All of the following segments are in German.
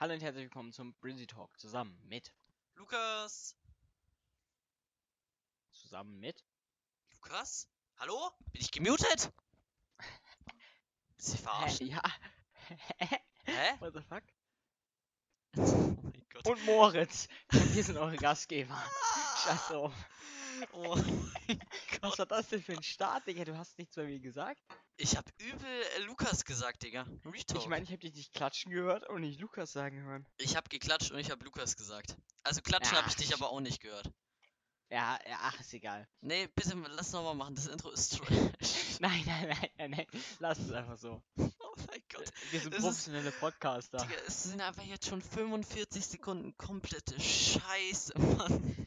Hallo und herzlich willkommen zum Brizzy Talk zusammen mit Lukas? Lukas? Hallo? Bin ich gemutet? Willst du mich verarschen? Ja. Hä? What the fuck? Oh mein Gott. Und Moritz. Wir sind eure Gastgeber. Scheiß drauf. Oh mein Was Gott. war das denn für ein Start, Digga? Du hast nichts bei mir gesagt? Ich hab übel Lukas gesagt, Digga. Ich Retalk. meine, ich habe dich nicht klatschen gehört und nicht Lukas sagen hören. Ich hab geklatscht und ich hab Lukas gesagt. Also klatschen Ja, hab ich dich aber auch nicht gehört. ja, ach, ist egal. Nee, bitte lass nochmal machen. Das Intro ist trash. Nein. Lass es einfach so. Oh mein Gott. Wir sind Es ist, professionelle Podcaster. Digga, es sind einfach jetzt schon 45 Sekunden komplette Scheiße, Mann.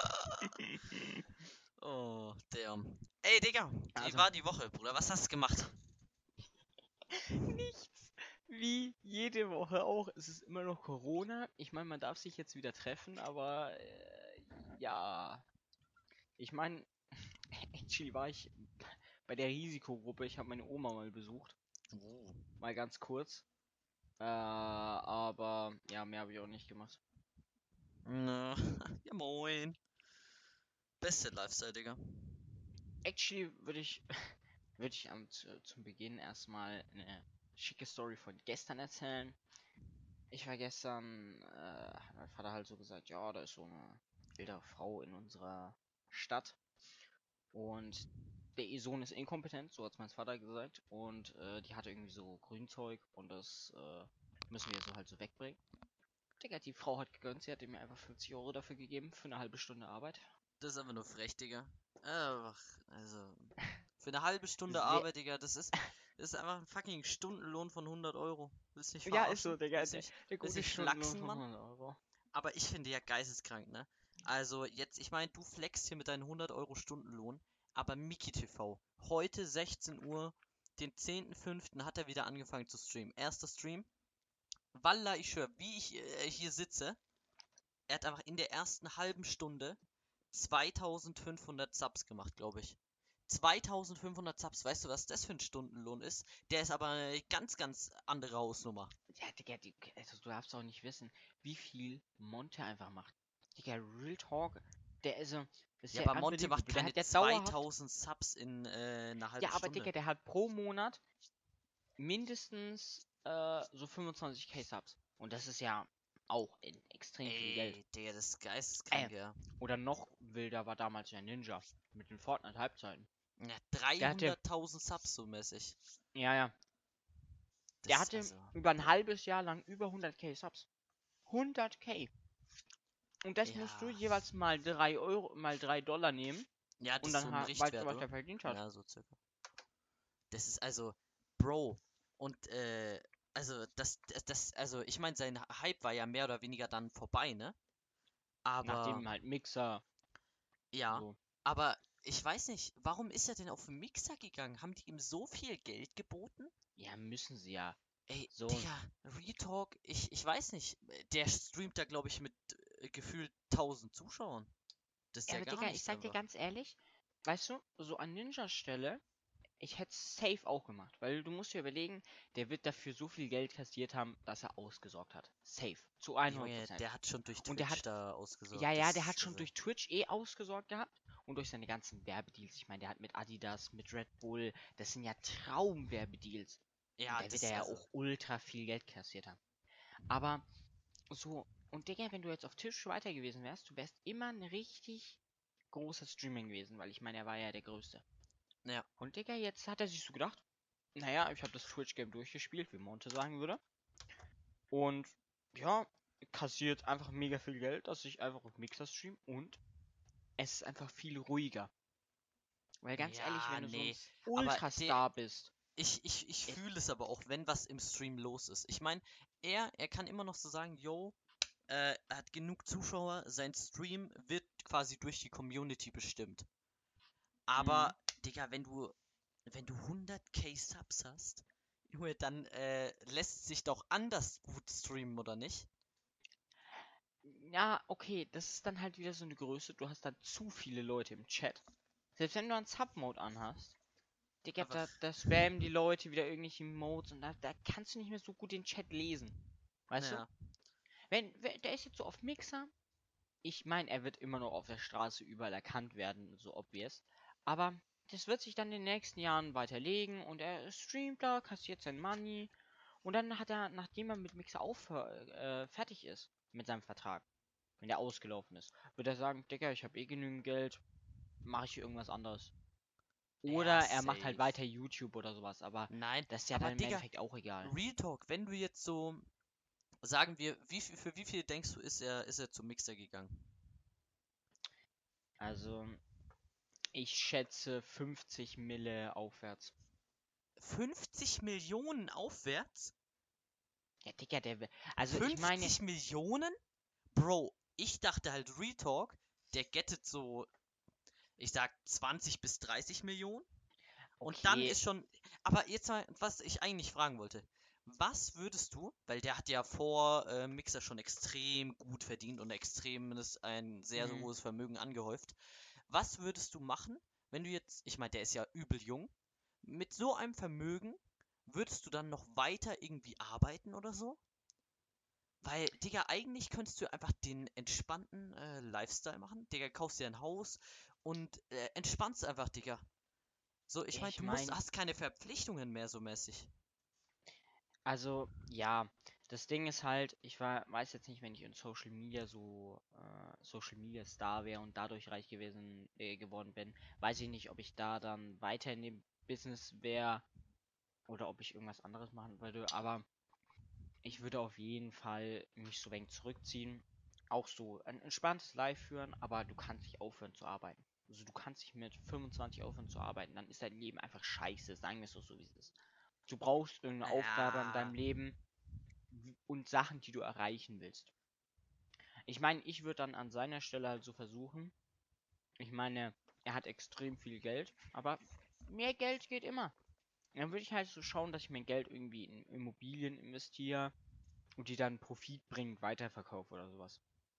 Oh, damn. Ey, Digga, wie Also, war die Woche, Bruder? Was hast du gemacht? nichts. Wie jede Woche auch. Es ist immer noch Corona. Ich meine, man darf sich jetzt wieder treffen, aber ja. Ich meine, actually war ich bei der Risikogruppe. Ich habe meine Oma mal besucht. Oh. Mal ganz kurz. Aber ja, mehr habe ich auch nicht gemacht. Na, ja moin. Beste Lifestyle, Digga. Actually würde ich zum Beginn erstmal eine schicke Story von gestern erzählen. Ich war gestern, hat mein Vater halt so gesagt, ja, da ist so eine ältere Frau in unserer Stadt und der ihr Sohn ist inkompetent, so hat's mein Vater gesagt, und die hatte irgendwie so Grünzeug und das müssen wir so halt so wegbringen. Digga, die Frau hat gegönnt, sie hat mir einfach 50 Euro dafür gegeben für eine halbe Stunde Arbeit. Das ist einfach nur frech, Digga. Einfach, also. Für eine halbe Stunde Sehr, Arbeit, Digga, das ist einfach ein fucking Stundenlohn von 100 Euro. Willst du mich ja, ist so, verarschen? Digga, der Willst du gute mich Stundenlohn flachsen, von Mann? 100 Euro. Aber ich finde ja geisteskrank, ne? Also jetzt, ich meine, du flexst hier mit deinen 100 Euro Stundenlohn, aber Miki TV, heute 16 Uhr, den 10.05. hat er wieder angefangen zu streamen. Erster Stream. Wallah, ich schwör, wie ich hier sitze, er hat einfach in der ersten halben Stunde 2500 Subs gemacht, glaube ich. 2500 Subs, weißt du, was das für ein Stundenlohn ist? Der ist aber eine ganz, ganz andere Hausnummer. Ja, Digga, also, du darfst auch nicht wissen, wie viel Monte einfach macht. Digga, Real Talk, der ist so, das ist Ja, ja aber Monte macht unbelievable. Der keine hat ja dauerhaft, 2000 Subs in einer halben ja, aber Digga, Stunde. der hat pro Monat mindestens so 25k Subs. Und das ist ja auch extrem viel Geld. Ey, Digga, das ist Äh, geisteskrank, ja. oder noch wilder war damals ja Ninja mit den Fortnite-Halbzeiten. Ja, Der hatte, 300.000 Subs so mäßig. ja, der Das ist hatte also. über ein halbes Jahr lang über 100k Subs. 100k. Und das musst du Ja. jeweils mal 3 Euro, mal 3 Dollar nehmen. Ja, Und das ist so dann ein weißt du, Richtwert, was oder? er verdient hat. Ja, so circa. Das ist also, Bro. Und, also, ich meine, sein Hype war ja mehr oder weniger dann vorbei, ne? Aber, Nachdem halt Mixer ja. so. Aber, ich weiß nicht, warum ist er denn auf den Mixer gegangen? Haben die ihm so viel Geld geboten? Ja, müssen sie ja. Ey, So. Digga, Retalk, ich weiß nicht. Der streamt da, glaube ich, mit gefühlt 1000 Zuschauern. Das ist Ja, ja aber gar Digga, ich nichts sag dir einfach. ganz ehrlich, weißt du, so an Ninjas Stelle, ich hätte safe auch gemacht. Weil du musst dir überlegen, der wird dafür so viel Geld kassiert haben, dass er ausgesorgt hat. Safe. Zu Junge, 100%. der hat schon durch Und der Twitch hat, da ja, ausgesorgt. ja, der Das, hat schon also, durch Twitch ausgesorgt gehabt. Und durch seine ganzen Werbedeals. Ich meine, der hat mit Adidas, mit Red Bull, das sind ja Traumwerbedeals. Und ja, der wird das, ja also, auch ultra viel Geld kassiert haben. Aber so, und Digga, wenn du jetzt auf Twitch weiter gewesen wärst, du wärst immer ein richtig großer Streamer gewesen, weil ich meine, er war ja der Größte. ja. Und Digga, jetzt hat er sich so gedacht, naja, ich habe das Twitch-Game durchgespielt, wie Monte sagen würde. Und ja, kassiert einfach mega viel Geld, dass ich einfach auf Mixer stream und es ist einfach viel ruhiger. Weil ganz ehrlich, Ja, wenn du so ein nee. Aber Ultrastar bist, ich es, fühle es aber auch, wenn was im Stream los ist. Ich meine, er kann immer noch so sagen, yo, er hat genug Zuschauer, sein Stream wird quasi durch die Community bestimmt. mhm. Aber, Digga, wenn du 100k Subs hast, Junge, dann lässt sich doch anders gut streamen, oder nicht? Ja, okay, das ist dann halt wieder so eine Größe, du hast dann zu viele Leute im Chat. Selbst wenn du einen Sub-Mode anhast, Digga, Einfach, da spammen die Leute wieder irgendwelche Emotes und da kannst du nicht mehr so gut den Chat lesen. Weißt du? naja. Der ist jetzt so auf Mixer. Ich meine, er wird immer noch auf der Straße überall erkannt werden, so obvious. Aber das wird sich dann in den nächsten Jahren weiterlegen und er streamt da, kassiert sein Money. Und dann hat er, nachdem er mit Mixer fertig ist mit seinem Vertrag, wenn der ausgelaufen ist, wird er sagen, Digga, ich habe eh genügend Geld, mache ich irgendwas anderes. Ja, Oder er macht halt safe. weiter YouTube oder sowas, aber Nein, das ist ja aber dann im Digga, Endeffekt auch egal. Real Talk, wenn du jetzt so, sagen wir, für wie viel denkst du, ist er zum Mixer gegangen? Also, ich schätze 50 Mille aufwärts. 50 Millionen aufwärts? Ja, Digga, also ich meine, 50 Millionen? Bro, ich dachte halt Real Talk, der gettet so, ich sag 20 bis 30 Millionen. Und dann okay, ist schon. Aber jetzt mal, was ich eigentlich fragen wollte. Was würdest du, weil der hat ja vor Mixer schon extrem gut verdient und ein sehr hm, hohes Vermögen angehäuft. Was würdest du machen, wenn du jetzt, ich meine, der ist ja übel jung, mit so einem Vermögen, würdest du dann noch weiter irgendwie arbeiten oder so? Weil, Digga, eigentlich könntest du einfach den entspannten Lifestyle machen. Digga, kaufst dir ein Haus und entspannst einfach, Digga. So, ich meine, ich meine, hast keine Verpflichtungen mehr so mäßig. also ja, das Ding ist halt, weiß jetzt nicht, wenn ich in Social Media Star wäre und dadurch reich geworden bin, weiß ich nicht, ob ich da dann weiter in dem Business wäre oder ob ich irgendwas anderes machen würde, aber ich würde auf jeden Fall mich so wenig zurückziehen. Auch so ein entspanntes Life führen, aber du kannst nicht aufhören zu arbeiten. Also du kannst nicht mit 25 aufhören zu arbeiten, dann ist dein Leben einfach scheiße, sagen wir es so, wie es ist. Du brauchst irgendeine Aufgabe in Ja, deinem Leben und Sachen, die du erreichen willst. Ich meine, ich würde dann an seiner Stelle halt so versuchen. Ich meine, er hat extrem viel Geld, aber mehr Geld geht immer. Dann würde ich halt so schauen, dass ich mein Geld irgendwie in Immobilien investiere und die dann Profit bringend weiterverkaufe oder sowas.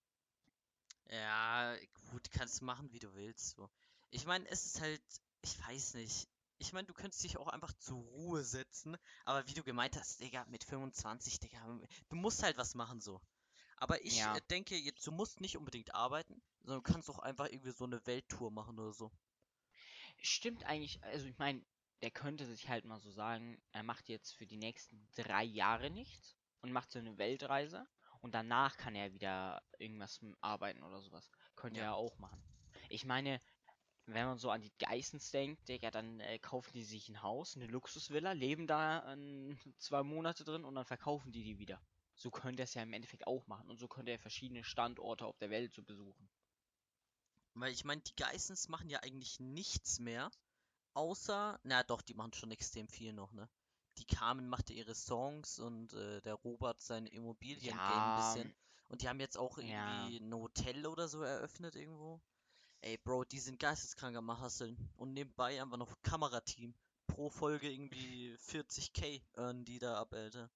ja, gut, kannst machen, wie du willst. So. Ich meine, es ist halt, ich weiß nicht. Ich meine, du könntest dich auch einfach zur Ruhe setzen, aber wie du gemeint hast, Digga, mit 25, Digga, du musst halt was machen so. Aber ich Ja, denke, jetzt, du musst nicht unbedingt arbeiten, sondern du kannst auch einfach irgendwie so eine Welttour machen oder so. stimmt eigentlich. Also ich meine, der könnte sich halt mal so sagen, er macht jetzt für die nächsten 3 Jahre nichts und macht so eine Weltreise und danach kann er wieder irgendwas arbeiten oder sowas. Könnte Ja. er auch machen. Ich meine, wenn man so an die Geissens denkt, Digga, dann kaufen die sich ein Haus, eine Luxusvilla, leben da 2 Monate drin und dann verkaufen die wieder. So könnte er es ja im Endeffekt auch machen und so könnte er verschiedene Standorte auf der Welt so besuchen. Weil ich meine, die Geissens machen ja eigentlich nichts mehr. Außer, na doch, die machen schon extrem viel noch, ne? Die Carmen machte ihre Songs und der Robert sein Immobilien-Game ein Ja, bisschen. Und die haben jetzt auch ja, irgendwie ein Hotel oder so eröffnet irgendwo. Ey, Bro, die sind geisteskrank am Hustlen. Und nebenbei einfach noch Kamerateam. Pro Folge irgendwie 40k earnen die da ab, Alter.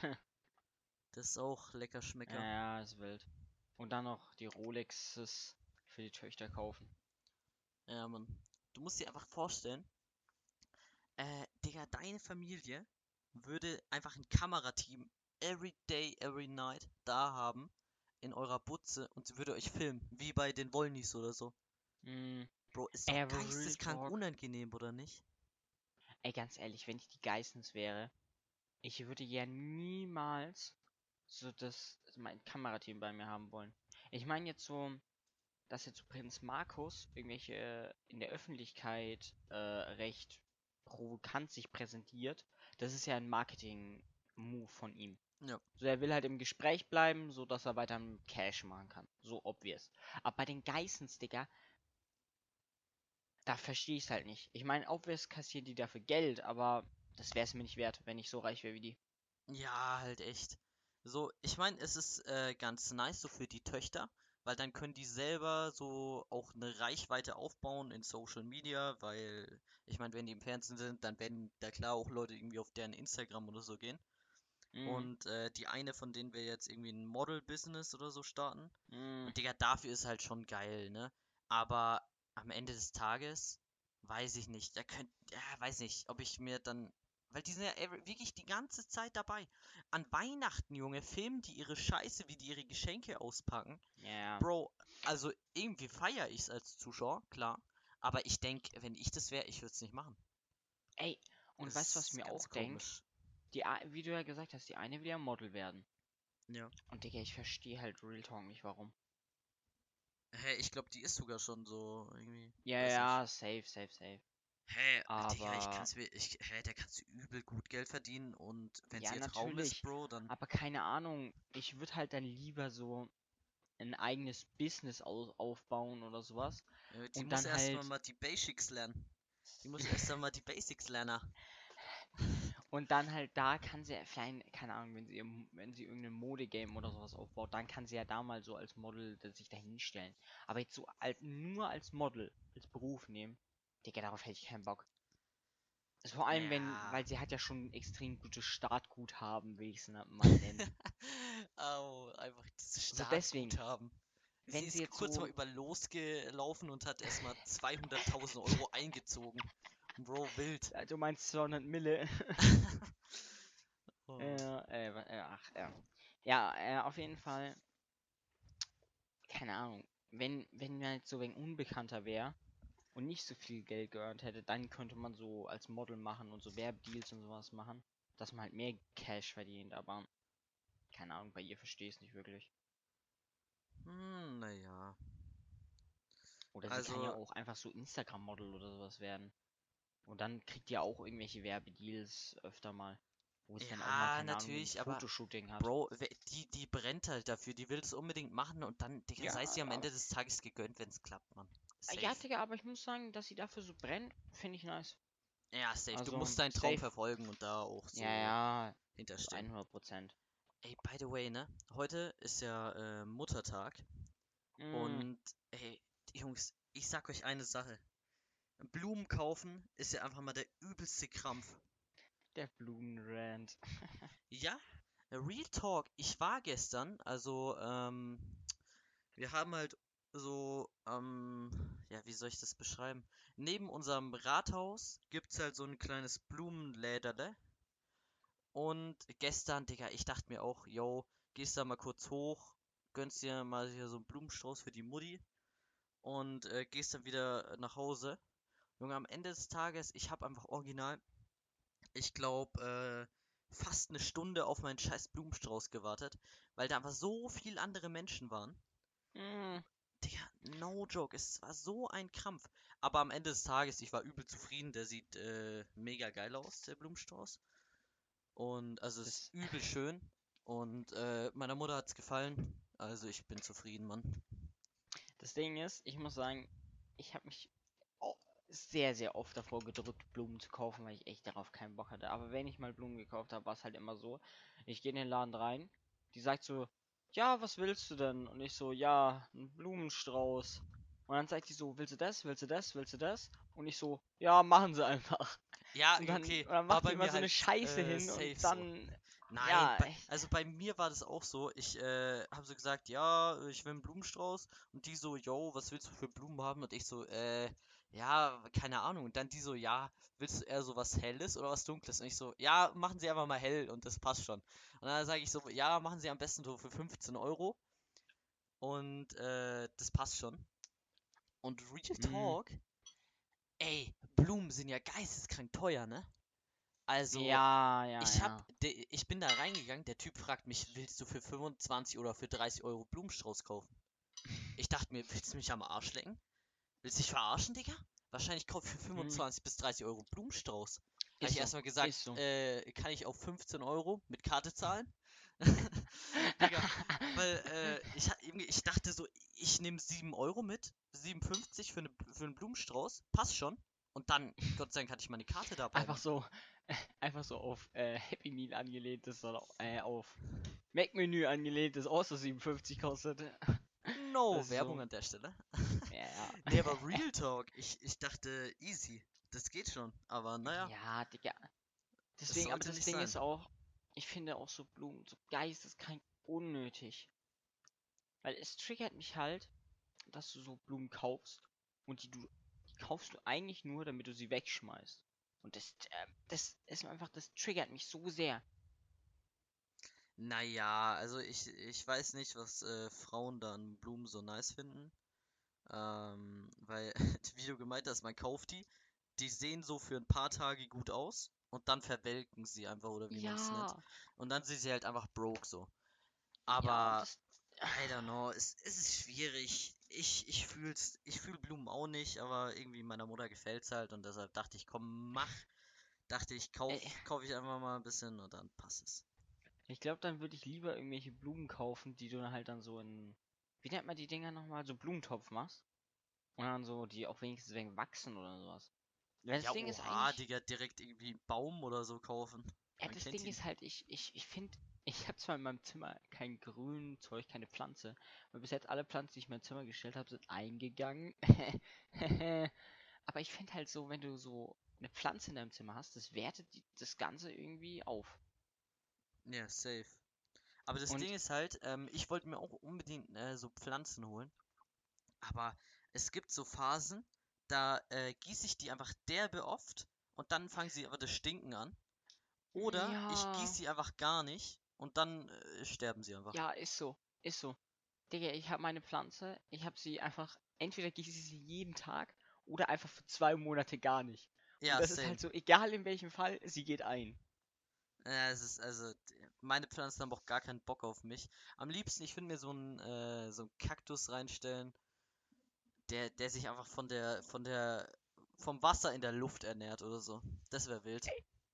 Das ist auch lecker Schmecker. ja, ist wild. Und dann noch die Rolexes für die Töchter kaufen. Ja, Mann. Du musst dir einfach vorstellen, Digga, deine Familie würde einfach ein Kamerateam every day, every night da haben in eurer Butze und sie würde euch filmen, wie bei den Wollnys oder so. Hm, Bro, ist doch ey, aber Real geisteskrank Talk. unangenehm, oder nicht? Ey, ganz ehrlich, wenn ich die Geissens wäre, ich würde ja niemals so mein Kamerateam bei mir haben wollen. Ich meine jetzt so, dass jetzt so Prinz Markus irgendwelche in der Öffentlichkeit recht provokant sich präsentiert, das ist ja ein Marketing-Move von ihm. Ja. So, er will halt im Gespräch bleiben, so dass er weiter Cash machen kann. So obvious. Aber bei den Geissens, Digga, da verstehe ich es halt nicht. Ich meine, obvious kassieren die dafür Geld, aber das wäre es mir nicht wert, wenn ich so reich wäre wie die. Ja, halt echt. So, ich meine, es ist ganz nice so für die Töchter, weil dann können die selber so auch eine Reichweite aufbauen in Social Media, weil ich meine, wenn die im Fernsehen sind, dann werden da klar auch Leute irgendwie auf deren Instagram oder so gehen. Mm, Und die eine von denen will jetzt irgendwie ein Model-Business oder so starten. mm. Und Digga, dafür ist halt schon geil, ne? Aber am Ende des Tages weiß ich nicht. Weiß nicht, ob ich mir dann. Weil die sind ja wirklich die ganze Zeit dabei. An Weihnachten, Junge, filmen die ihre Scheiße, wie die ihre Geschenke auspacken. Ja. Bro, also irgendwie feiere ich es als Zuschauer, klar. Aber ich denke, wenn ich das wäre, ich würde es nicht machen. Ey, und weißt du, was Das ich ist mir ganz auch denk? komisch. Wie du ja gesagt hast, die eine will ja Model werden. Ja. Und Digga, ich verstehe halt Real Talk nicht, warum. Hä, ich glaube, die ist sogar schon so irgendwie. Ja, Weiß nicht. ja, safe. Hä, Digga, Aber, da kannst du übel gut Geld verdienen und wenn sie ja, ihr Traum ist, natürlich. Bro, dann Aber keine Ahnung, ich würde halt dann lieber so ein eigenes Business aufbauen oder sowas. die Und muss dann erstmal halt, mal die Basics lernen. Die muss erst einmal die Basics lernen. und dann halt da kann sie ja vielleicht, keine Ahnung, wenn sie irgendein Modegame oder sowas aufbaut, dann kann sie ja da mal so als Model sich dahin stellen. Aber jetzt so nur als Model, als Beruf nehmen, Digga, darauf hätte ich keinen Bock. Also vor allem, Ja. weil sie hat ja schon ein extrem gutes Startguthaben, will ich es mal nennen. Au, einfach das So deswegen, Startguthaben. Sie wenn sie ist jetzt kurz mal so, über losgelaufen und hat erstmal 200.000 Euro eingezogen. Bro, wild. du meinst 200 Mille. Oh. Ach, ja. Ja, auf jeden Fall, keine Ahnung. Wenn man jetzt so ein Unbekannter wäre und nicht so viel Geld geearnt hätte, dann könnte man so als Model machen und so Werbedeals und sowas machen, dass man halt mehr Cash verdient, aber keine Ahnung, bei ihr verstehe ich es nicht wirklich. Naja. Oder sie kann ja Also, auch einfach so Instagram-Model oder sowas werden. Und dann kriegt ihr auch irgendwelche Werbedeals öfter mal. Wo sie dann auch mal, ja, keine Ahnung, ein natürlich, aber Fotoshooting hat. Bro, die brennt halt dafür, die will das unbedingt machen und dann, Digga, Ja, sei es ihr am aber, Ende des Tages gegönnt, wenn es klappt, Mann. ja, Safe. Digga, aber ich muss sagen, dass sie dafür so brennt, finde ich nice. Ja, safe. Du Also, musst deinen Traum safe. verfolgen und da auch Ja, so ja, zu hinterstehen. 100%. Ey, by the way, ne? Heute ist ja Muttertag Mm, und ey, Jungs, ich sag euch eine Sache. Blumen kaufen ist ja einfach mal der übelste Krampf. der Blumenrand. Ja, Real Talk, ich war gestern, also wir haben halt so, ja, wie soll ich das beschreiben? Neben unserem Rathaus gibt's halt so ein kleines Blumenläderle. Und gestern, Digga, ich dachte mir auch, yo, gehst da mal kurz hoch, gönnst dir mal hier so einen Blumenstrauß für die Mutti und gehst dann wieder nach Hause. Junge, am Ende des Tages, ich habe einfach original, ich glaube, fast eine Stunde auf meinen scheiß Blumenstrauß gewartet, weil da einfach so viele andere Menschen waren. Mm, Digga, no joke, es war so ein Krampf. Aber am Ende des Tages, ich war übel zufrieden, der sieht mega geil aus, der Blumenstrauß. Und also es ist das, übel schön. Und meiner Mutter hat's gefallen. Also ich bin zufrieden, Mann. das Ding ist, ich muss sagen, ich habe mich sehr oft davor gedrückt, Blumen zu kaufen, weil ich echt darauf keinen Bock hatte. Aber wenn ich mal Blumen gekauft habe, war es halt immer so. Ich gehe in den Laden rein, die sagt so, ja, was willst du denn? Und ich so, ja, einen Blumenstrauß. Und dann sagt die so, willst du das, willst du das, willst du das? Und ich so, ja, machen sie einfach. Ja, Und okay, dann war macht die bei immer mir so eine halt Scheiße hin und safe so. dann, Nein, ja, also bei mir war das auch so. Ich habe so gesagt, ja, ich will einen Blumenstrauß. Und die so, yo, was willst du für Blumen haben? Und ich so, ja, keine Ahnung. Und dann die so, ja, willst du eher so was Helles oder was Dunkles? Und ich so, ja, machen Sie einfach mal hell und das passt schon. Und dann sage ich so, ja, machen Sie am besten so für 15 Euro und das passt schon. Und Real mm, Talk, ey, Blumen sind ja geisteskrank teuer, ne? Also, ja. ich bin da reingegangen, der Typ fragt mich, willst du für 25 oder für 30 Euro Blumenstrauß kaufen? Ich dachte mir, willst du mich am Arsch lecken? Willst du dich verarschen, Digga? Wahrscheinlich kauf für Mm, 25 bis 30 Euro Blumenstrauß. Habe ist ich so, erstmal gesagt, ist so. kann ich auf 15 Euro mit Karte zahlen? Digga, weil ich dachte so, ich nehme 7 Euro mit, 7,50 für einen Blumenstrauß, passt schon. Und dann, Gott sei Dank, hatte ich meine Karte dabei, Einfach Mann. so, einfach so auf Happy Meal angelehnt ist oder auf Mac-Menü angelehnt ist, auch so 57 kostet. No, Das ist Werbung so, an der Stelle. ja. Nee, aber Real Talk, ich dachte, easy, das geht schon. Aber naja, Ja, Digga. es Deswegen, aber sollte das nicht Ding sein. ist auch, ich finde auch so Blumen so geisteskrank unnötig. Weil es triggert mich halt, dass du so Blumen kaufst und die kaufst du eigentlich nur, damit du sie wegschmeißt. Und ist mir einfach, das triggert mich so sehr. Naja, also ich weiß nicht, was Frauen da an Blumen so nice finden. Weil, wie du gemeint hast, man kauft die sehen so für ein paar Tage gut aus und dann verwelken sie einfach, oder wie man es nennt. Ja, Und dann sind sie halt einfach broke so. ja, und Aber das. I don't know, es ist schwierig. Ich fühl Blumen auch nicht, aber irgendwie meiner Mutter gefällt's halt und deshalb dachte ich, komm, mach. Dachte ich, Äh, kauf ich einfach mal ein bisschen und dann passt es. Ich glaube, dann würde ich lieber irgendwelche Blumen kaufen, die du dann halt dann so in. Wie nennt man die Dinger nochmal? So Blumentopf machst. Und dann so, die auch wenigstens wegen wachsen oder sowas. Weil Ja, das Ding ist oha, eigentlich. Digga, direkt irgendwie einen Baum oder so kaufen. Ja, Man das kennt Ding ihn. ist halt, ich finde, ich habe zwar in meinem Zimmer kein grün Zeug, keine Pflanze, weil bis jetzt alle Pflanzen, die ich in mein Zimmer gestellt habe, sind eingegangen. Aber ich finde halt so, wenn du so eine Pflanze in deinem Zimmer hast, das wertet das Ganze irgendwie auf. Ja, safe. Aber das Ding Und ist halt, ich wollte mir auch unbedingt so Pflanzen holen. Aber es gibt so Phasen, da gieße ich die einfach derbe oft und dann fangen sie aber das Stinken an. Oder ich gieße ja, sie einfach gar nicht und dann sterben sie einfach. ja, ist so, ist so. Digga, ich habe meine Pflanze, ich habe sie einfach, entweder gieße ich sie jeden Tag oder einfach für 2 Monate gar nicht. Und Ja, das ist halt same. so, egal in welchem Fall, sie geht ein. Ja, es ist also, meine Pflanzen haben auch gar keinen Bock auf mich. Am liebsten, ich finde mir so einen Kaktus reinstellen, der sich einfach vom Wasser in der Luft ernährt oder so. Das wäre wild.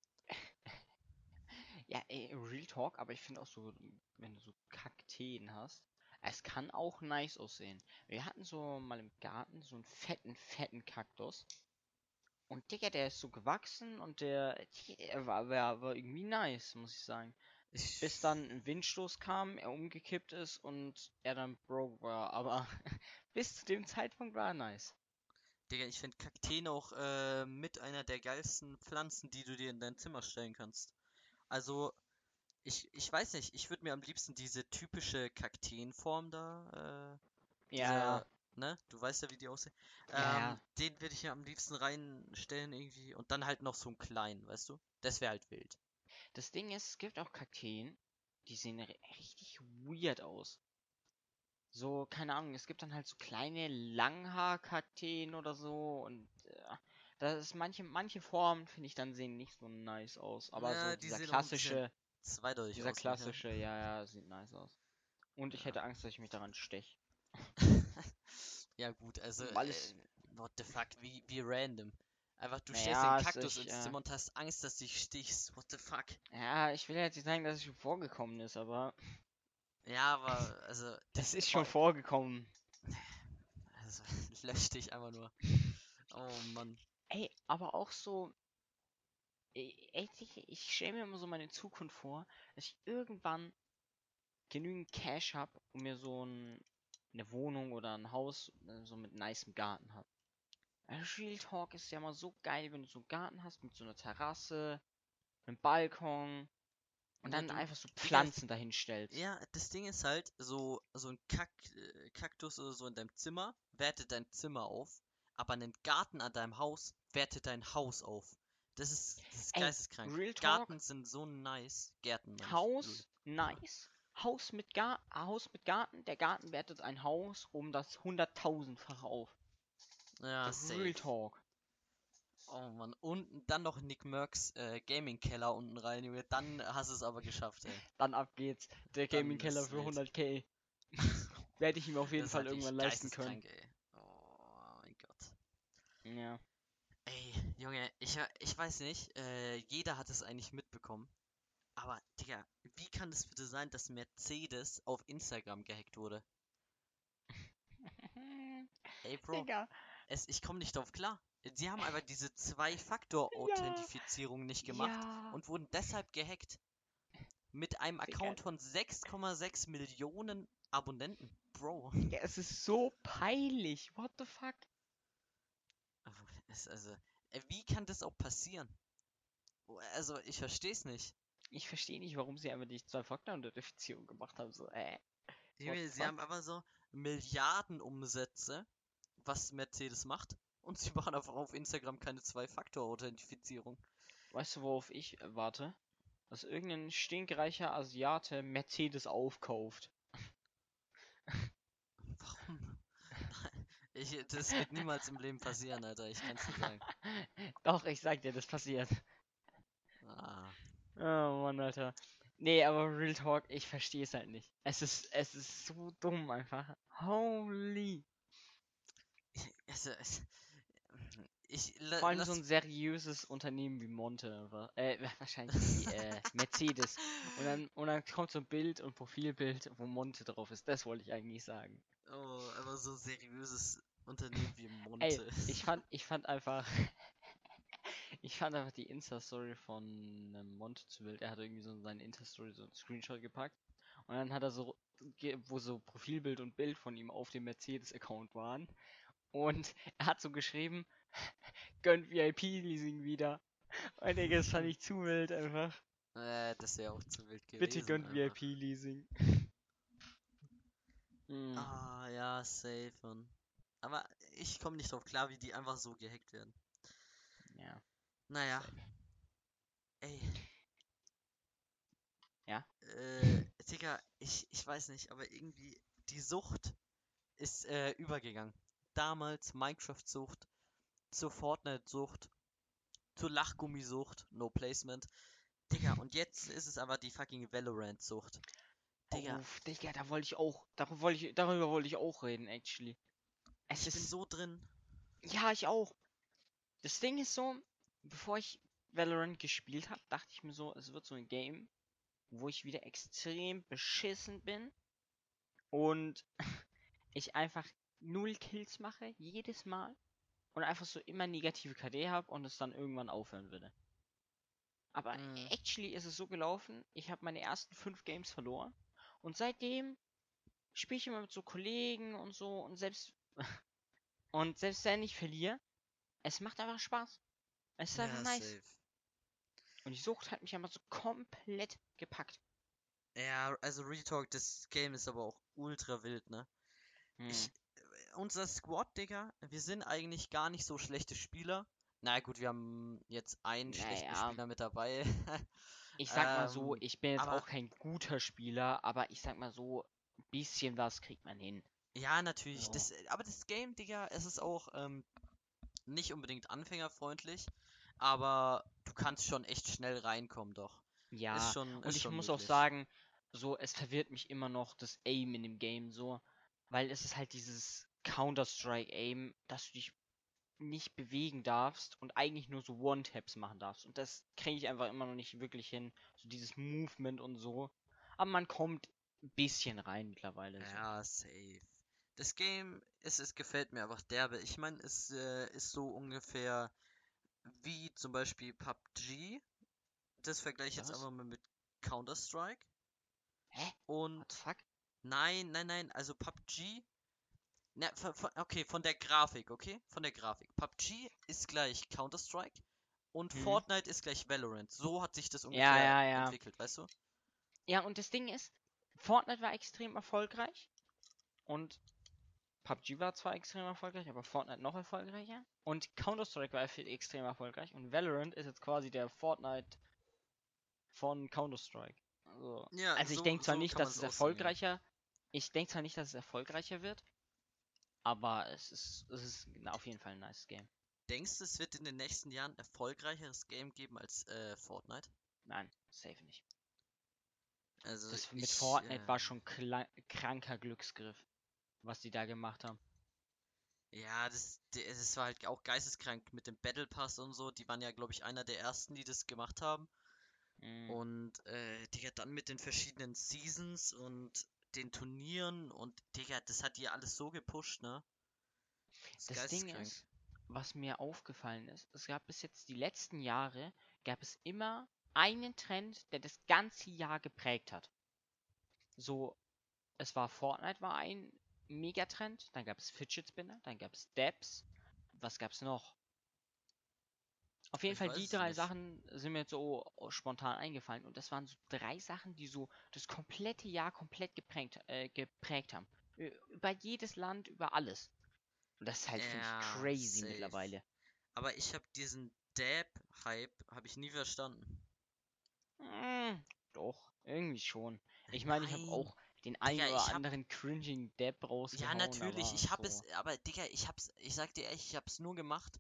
Ja, ey, Real Talk, aber ich finde auch so, wenn du so Kakteen hast, es kann auch nice aussehen. Wir hatten so mal im Garten so einen fetten Kaktus. Und Digga, der ist so gewachsen und der war irgendwie nice, muss ich sagen. Ich, Bis dann ein Windstoß kam, er umgekippt ist und er dann broke war. Aber bis zu dem Zeitpunkt war er nice. Digga, ich finde Kakteen auch mit einer der geilsten Pflanzen, die du dir in dein Zimmer stellen kannst. Also, ich weiß nicht, ich würde mir am liebsten diese typische Kakteenform da, Ja, ja, dieser, ne, du weißt ja, wie die aussehen. ja, ja. Den würde ich mir am liebsten reinstellen irgendwie und dann halt noch so einen kleinen, weißt du? Das wäre halt wild. Das Ding ist, es gibt auch Kakteen, die sehen richtig weird aus. So, keine Ahnung, es gibt dann halt so kleine Langhaar-Kakteen oder so und das ist manche Formen, finde ich, dann sehen nicht so nice aus. Aber so Ja, die sehen auch ein bisschen zweideutig dieser aus manchmal. klassische, ja, ja, sieht nice aus. Und ich Ja. hätte Angst, dass ich mich daran steche. Ja gut, also, Weil es, what the fuck, wie random. Einfach, du stellst den naja, Kaktus ins Zimmer und hast Angst, dass du dich stichst. What the fuck? ja, ich will jetzt nicht sagen, dass es schon vorgekommen ist, aber Ja, aber, also, das ist boah, schon vorgekommen. also, lösch dich einfach nur. Oh Mann. Ey, aber auch so, ich stelle mir immer so meine Zukunft vor, dass ich irgendwann genügend Cash habe, um mir eine Wohnung oder ein Haus so mit nicem Garten habe. Real Talk ist ja mal so geil, wenn du so einen Garten hast mit so einer Terrasse, einem Balkon und Ja, dann du, einfach so Digga, Pflanzen dahin stellst. ja, das Ding ist halt, so ein Kaktus oder so in deinem Zimmer wertet dein Zimmer auf, aber ein Garten an deinem Haus wertet dein Haus auf. Das ist Ey, geisteskrank. Real Talk, Garten sind so nice. Gärten, meine ich. Lul. Haus, nice. Haus mit Garten. Der Garten wertet ein Haus um das 100.000-fache auf. Ja, Real safe. Talk. Oh Mann. Und dann noch Nick Mercs Gaming-Keller unten rein, Junge. Dann hast du es aber geschafft, ey. Dann ab geht's. Der Dann Gaming-Keller ist für wild. 100k. Werde ich ihm auf jeden Das ist Fall irgendwann natürlich leisten können. geisteskrank, ey. Oh mein Gott. Ja. Ey, Junge, ich weiß nicht, jeder hat es eigentlich mitbekommen. Aber, Digga, wie kann es bitte sein, dass Mercedes auf Instagram gehackt wurde? Ey, Bro, Digga. ich komme nicht drauf klar. Sie haben einfach diese Ja. Zwei-Faktor-Authentifizierung nicht gemacht Ja. und wurden deshalb gehackt. Mit einem Digga. Account von 6,6 Millionen Abonnenten. Bro. Digga, es ist so peinlich. What the fuck? Also, wie kann das auch passieren? Also, ich verstehe es nicht. Ich verstehe nicht, warum sie einfach die Zwei-Faktor-Authentifizierung gemacht haben. So, what Junge, the sie fuck? haben aber so Milliardenumsätze, was Mercedes macht. Und sie machen einfach auf Instagram keine Zwei-Faktor-Authentifizierung. weißt du, worauf ich warte? Dass irgendein stinkreicher Asiate Mercedes aufkauft. Warum? Das wird niemals im Leben passieren, Alter. Ich kann's dir sagen. Doch, ich sag dir, das passiert. Ah. Oh Mann, Alter. Nee, aber Real Talk, ich verstehe es halt nicht. Es ist so dumm einfach. Holy. Also, Vor allem so lass. ein seriöses Unternehmen wie Monte, wahrscheinlich wie Mercedes. Und dann kommt so ein Bild und Profilbild, wo Monte drauf ist. Das wollte ich eigentlich sagen. Oh, aber so seriöses Unternehmen wie Ey, Monte. ich fand einfach, ich fand einfach die Insta-Story von Monte zu wild. Er hat irgendwie so in seine Insta-Story so einen Screenshot gepackt. Und dann hat er so, wo so Profilbild und Bild von ihm auf dem Mercedes-Account waren. Und er hat so geschrieben, gönnt VIP-Leasing wieder. Und Digga, das fand ich zu wild einfach. Das wäre auch zu wild Bitte gewesen, gönnt einfach. VIP-Leasing. Hm, Ah, ja, safe, Mann. Aber ich komme nicht drauf klar, wie die einfach so gehackt werden. ja, Naja, safe. ey, Ja? Digga, ich weiß nicht, aber irgendwie die Sucht ist übergegangen. Damals Minecraft-Sucht, zur Fortnite-Sucht, zur Lachgummisucht, no placement. Digga, und jetzt ist es aber die fucking Valorant-Sucht. Digga, Oh, Digga, darüber wollte ich auch reden, actually. Es ich bin ist, so drin. ja, ich auch. Das Ding ist so, bevor ich Valorant gespielt habe, dachte ich mir so, es wird so ein Game, wo ich wieder extrem beschissen bin und ich einfach null Kills mache, jedes Mal. Und einfach so immer negative KD habe und es dann irgendwann aufhören würde. Aber Mm, actually ist es so gelaufen, ich habe meine ersten 5 Games verloren. Und seitdem spiele ich immer mit so Kollegen und so und selbst wenn ich verliere, es macht einfach Spaß. Es ist einfach ja, nice. safe. Und die Sucht hat mich einfach so komplett gepackt. Ja, also Retalk, das Game ist aber auch ultra wild, ne? Hm. Ich, unser Squad, Digga, wir sind eigentlich gar nicht so schlechte Spieler. Na gut, wir haben jetzt einen schlechten Naja, Spieler mit dabei. ich sag mal so, Ähm, ich bin jetzt aber auch kein guter Spieler, aber ich sag mal so, ein bisschen was kriegt man hin. ja, natürlich. So. Aber das Game, Digga, es ist auch nicht unbedingt anfängerfreundlich, aber du kannst schon echt schnell reinkommen, doch. Ja, und Ist ich schon muss auch möglich. sagen, so, es verwirrt mich immer noch das Aim in dem Game so, weil es ist halt dieses Counter-Strike-Aim, dass du dich nicht bewegen darfst und eigentlich nur so One-Taps machen darfst. Und das kriege ich einfach immer noch nicht wirklich hin, so dieses Movement und so. Aber man kommt ein bisschen rein mittlerweile so. Ja, safe. Das Game, es gefällt mir einfach derbe. Ich meine, es ist so ungefähr wie zum Beispiel PUBG. Das vergleiche ich jetzt Was? einfach mal mit Counter-Strike. Hä? Und What the fuck? nein, also PUBG. Na, okay, von der Grafik, okay? Von der Grafik. PUBG ist gleich Counter-Strike und Hm? Fortnite ist gleich Valorant. So hat sich das Ja, ungefähr ja, ja. entwickelt, weißt du? Ja, und das Ding ist, Fortnite war extrem erfolgreich und PUBG war zwar extrem erfolgreich, aber Fortnite noch erfolgreicher. Und Counter-Strike war extrem erfolgreich. Und Valorant ist jetzt quasi der Fortnite von Counter-Strike. Also, Ja, also ich denke zwar so nicht, kann man dass es es auch sehen, ja. erfolgreicher, ich denke zwar nicht, dass es erfolgreicher wird, aber es ist auf jeden Fall ein nice Game. Denkst du, es wird in den nächsten Jahren erfolgreicheres Game geben als Fortnite? Nein, safe nicht. Also Das mit Fortnite war schon kranker Glücksgriff, was die da gemacht haben. ja, das war halt auch geisteskrank mit dem Battle Pass und so. Die waren ja, glaube ich, einer der ersten, die das gemacht haben. Mm. Und, Digga, dann mit den verschiedenen Seasons und den Turnieren und, Digga, das hat die alles so gepusht, ne? Das ist Das Ding geisteskrank. ist, was mir aufgefallen ist, es gab bis jetzt die letzten Jahre, gab es immer einen Trend, der das ganze Jahr geprägt hat. So, es war Fortnite war ein Megatrend, dann gab es Fidget Spinner, dann gab es Dabs. Was gab es noch? Auf jeden Ich Fall weiß die es drei nicht. Sachen sind mir jetzt so spontan eingefallen und das waren so 3 Sachen, die so das komplette Jahr komplett geprägt haben. Über jedes Land, über alles. Und das ist halt, finde ich, Ja, crazy safe. mittlerweile. Aber ich habe diesen Dab Hype habe ich nie verstanden. Hm, doch, irgendwie schon. Ich meine, ich habe Nein, auch den Digga, einen oder anderen cringing Depp ja rausgehauen, natürlich, aber so. aber Digga, ich sag dir echt, ich hab's nur gemacht,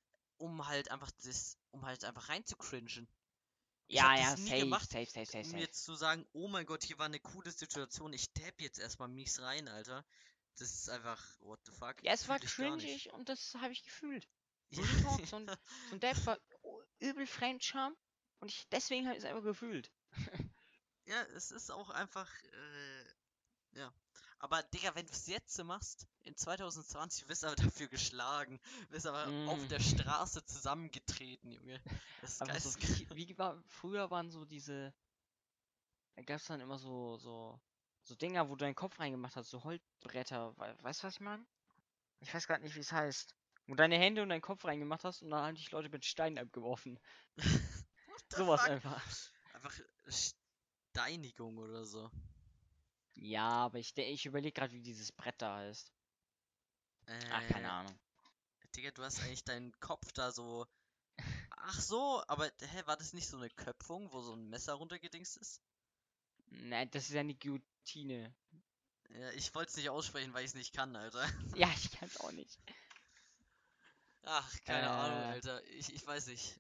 um halt einfach rein zu cringen. Ich habe Ja, das ja, nie safe, gemacht, safe, safe, safe, um safe. jetzt zu sagen, oh mein Gott, hier war eine coole Situation, ich dab jetzt erstmal mies rein, Alter. Das ist einfach, what the fuck, Ja, es war fühle ich gar nicht. cringig und das habe ich gefühlt. Ja, Real Talk, so ein Depp war übel Fremdscham und deswegen habe ich es einfach gefühlt. ja, es ist auch einfach, ja. Aber Digga, wenn du es jetzt so machst, in 2020, wirst du aber dafür geschlagen, wirst aber auf Mm. der Straße zusammengetreten, Junge. Das ist Aber so geisteskrank. früher waren so da gab es dann immer so Dinger, wo du deinen Kopf reingemacht hast, so Holzbretter. Weißt du, was ich meine? Ich weiß gerade nicht, wie es heißt. Wo deine Hände und deinen Kopf reingemacht hast und dann haben dich Leute mit Steinen abgeworfen. What the Sowas fuck? einfach. Einfach Steinigung oder so. Ja, aber ich überlege gerade, wie dieses Brett da heißt. Ach, keine Äh, Ahnung. Digga, du hast eigentlich deinen Kopf da so. Ach so, aber hä, war das nicht so eine Köpfung, wo so ein Messer runtergedingst ist? Nein, das ist ja eine Guillotine. Ja, ich wollte es nicht aussprechen, weil ich es nicht kann, Alter. Ja, ich kann es auch nicht. Ach, keine Ahnung, Äh, Alter. Ich weiß nicht.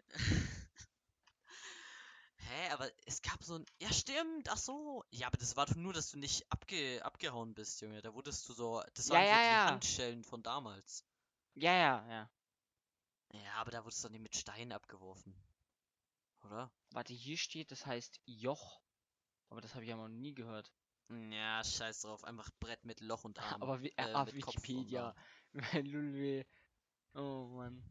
Hä, aber es gab so ein. Ja, stimmt, ach so. Ja, aber das war doch nur, dass du nicht abgehauen bist, Junge. Da wurdest du so. Das ja, waren so ja, die ja. Handschellen von damals. Ja, ja, ja. Ja, aber da wurdest du doch nicht mit Steinen abgeworfen, oder? Warte, hier steht, das heißt Joch. Aber das habe ich ja noch nie gehört. Ja, scheiß drauf. Einfach Brett mit Loch und Arm. Aber Mit Kopf und Wikipedia. Arm. Lulwe. Oh Mann.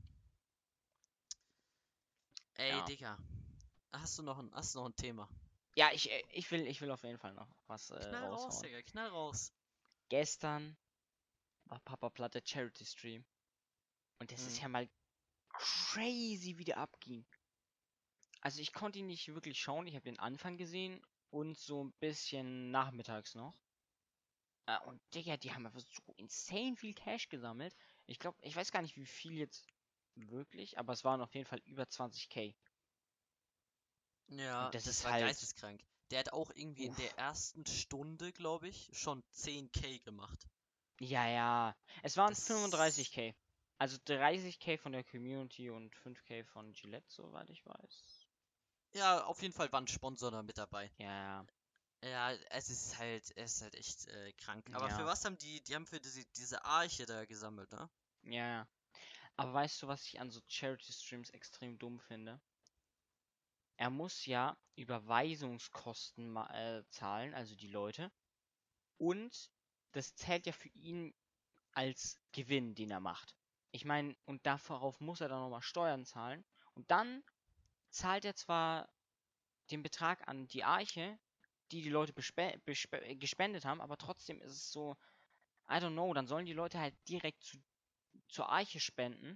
Ey, Ja. Digga. Hast du noch ein Thema? Ja, ich will auf jeden Fall noch was Knall raus, raushauen. Digga, knall raus. Gestern war Papa Platte Charity Stream. Und das ist Mhm. ja mal crazy, wie der abging. Also ich konnte ihn nicht wirklich schauen. Ich habe den Anfang gesehen und so ein bisschen nachmittags noch. Und Digga, die haben einfach so insane viel Cash gesammelt. Ich glaube, ich weiß gar nicht, wie viel jetzt wirklich, aber es waren auf jeden Fall über 20k. Ja, Und das das ist war halt, geisteskrank. Der hat auch irgendwie in der uff. ersten Stunde, glaube ich, schon 10k gemacht. Ja, ja. Es waren Das. 35k. Also 30k von der Community und 5k von Gillette, soweit ich weiß. Ja, auf jeden Fall waren Sponsoren da mit dabei. Ja, Ja, es ist halt echt krank. Aber für ja, was haben die haben für diese Arche da gesammelt, ne? ja, ja. Aber weißt du, was ich an so Charity-Streams extrem dumm finde? Er muss ja Überweisungskosten zahlen, also die Leute. Und das zählt ja für ihn als Gewinn, den er macht. Ich meine, und darauf muss er dann nochmal Steuern zahlen. Und dann zahlt er zwar den Betrag an die Arche, die die Leute gespendet haben, aber trotzdem ist es so, I don't know, dann sollen die Leute halt direkt zur Arche spenden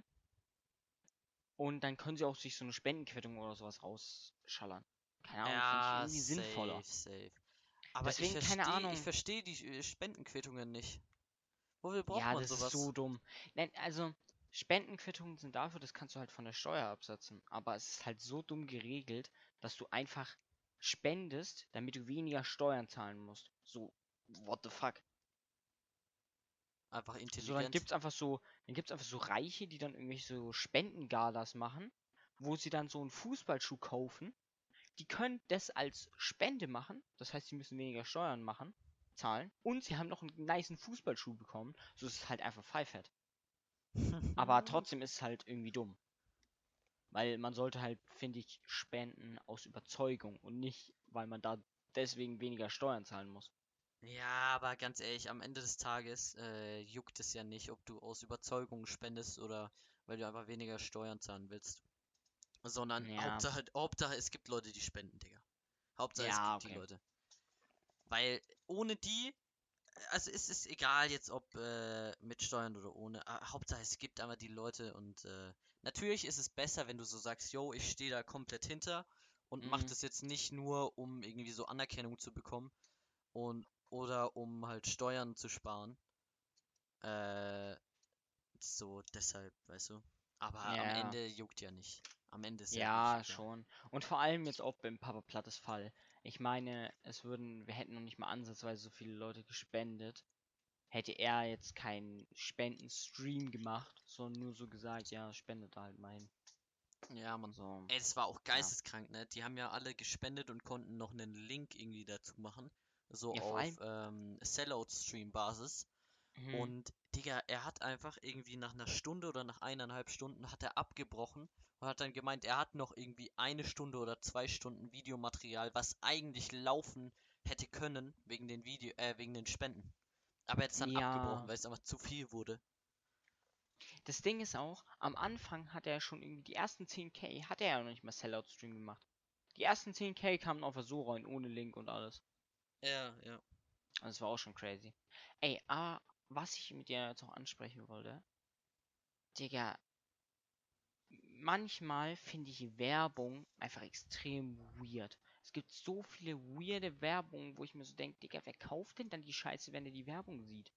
und dann können sie auch sich so eine Spendenquittung oder sowas rausschallern. Keine Ahnung, finde ich Ja, irgendwie safe, sinnvoller. safe. Aber Deswegen keine ich Ahnung. verstehe die Spendenquittungen nicht. Wofür braucht Ja, man das ist so sowas? dumm. Nein, also Spendenquittungen sind dafür, das kannst du halt von der Steuer absetzen. Aber es ist halt so dumm geregelt, dass du einfach spendest, damit du weniger Steuern zahlen musst. So, what the fuck? Einfach So, dann intelligent. gibt's einfach so, dann gibt's einfach so Reiche, die dann irgendwelche so Spendengalas machen, wo sie dann so einen Fußballschuh kaufen. Die können das als Spende machen, das heißt, sie müssen weniger Steuern zahlen, und sie haben noch einen nicen Fußballschuh bekommen. So ist es halt einfach Pfeifett. Aber trotzdem ist es halt irgendwie dumm. Weil man sollte halt, finde ich, spenden aus Überzeugung und nicht, weil man da deswegen weniger Steuern zahlen muss. Ja, aber ganz ehrlich, am Ende des Tages juckt es ja nicht, ob du aus Überzeugung spendest oder weil du einfach weniger Steuern zahlen willst. Sondern Ja, Hauptsache es gibt Leute, die spenden, Digga. Hauptsache es ja, gibt die okay. Leute. Weil ohne die, also es ist egal jetzt ob mit Steuern oder ohne, Hauptsache es gibt aber die Leute und natürlich ist es besser, wenn du so sagst, yo, ich stehe da komplett hinter und mach Mhm. das jetzt nicht nur, um irgendwie so Anerkennung zu bekommen und oder um halt Steuern zu sparen. Äh, so deshalb, weißt du. Aber am Ja, Ende juckt ja nicht. am Ende ist ja wirklich Ja, egal. schon. Und vor allem jetzt auch beim Papa Plattes Fall. Ich meine, wir hätten noch nicht mal ansatzweise so viele Leute gespendet. Hätte er jetzt keinen Spendenstream gemacht, sondern nur so gesagt, ja, spendet da halt mal hin. Ja, Mann. So, Ey, das war auch ja. geisteskrank, ne? Die haben ja alle gespendet und konnten noch einen Link irgendwie dazu machen. So Ja, vor auf allem, Sellout-Stream-Basis. mhm, Und Digga, er hat einfach irgendwie nach einer Stunde oder nach 1,5 Stunden hat er abgebrochen und hat dann gemeint, er hat noch irgendwie 1 Stunde oder 2 Stunden Videomaterial, was eigentlich laufen hätte können wegen den Spenden. Aber er hat es dann abgebrochen, ja. weil es einfach zu viel wurde. Das Ding ist auch, am Anfang hat er schon irgendwie die ersten 10k, hat er ja noch nicht mal Sellout-Stream gemacht. Die ersten 10k kamen auf der so rein, ohne Link und alles. Ja, ja. Also das war auch schon crazy. Ey, aber was ich mit dir jetzt auch ansprechen wollte, Digga, manchmal finde ich Werbung einfach extrem weird. Es gibt so viele weirde Werbungen, wo ich mir so denke, Digga, wer kauft denn dann die Scheiße, wenn er die Werbung sieht?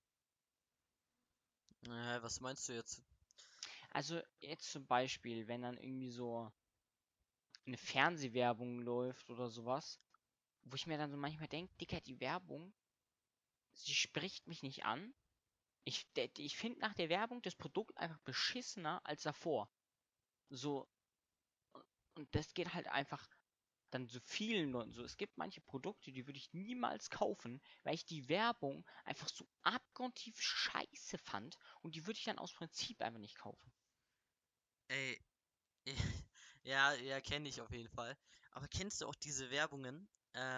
Was meinst du jetzt? Also jetzt zum Beispiel, wenn dann irgendwie so eine Fernsehwerbung läuft oder sowas, wo ich mir dann so manchmal denke, Digga, die Werbung, sie spricht mich nicht an. Ich finde nach der Werbung das Produkt einfach beschissener als davor. So, und das geht halt einfach dann so vielen Leuten so. Es gibt manche Produkte, die würde ich niemals kaufen, weil ich die Werbung einfach so abgrundtief scheiße fand und die würde ich dann aus Prinzip einfach nicht kaufen. Ey, ja, ja, kenne ich auf jeden Fall. Aber kennst du auch diese Werbungen,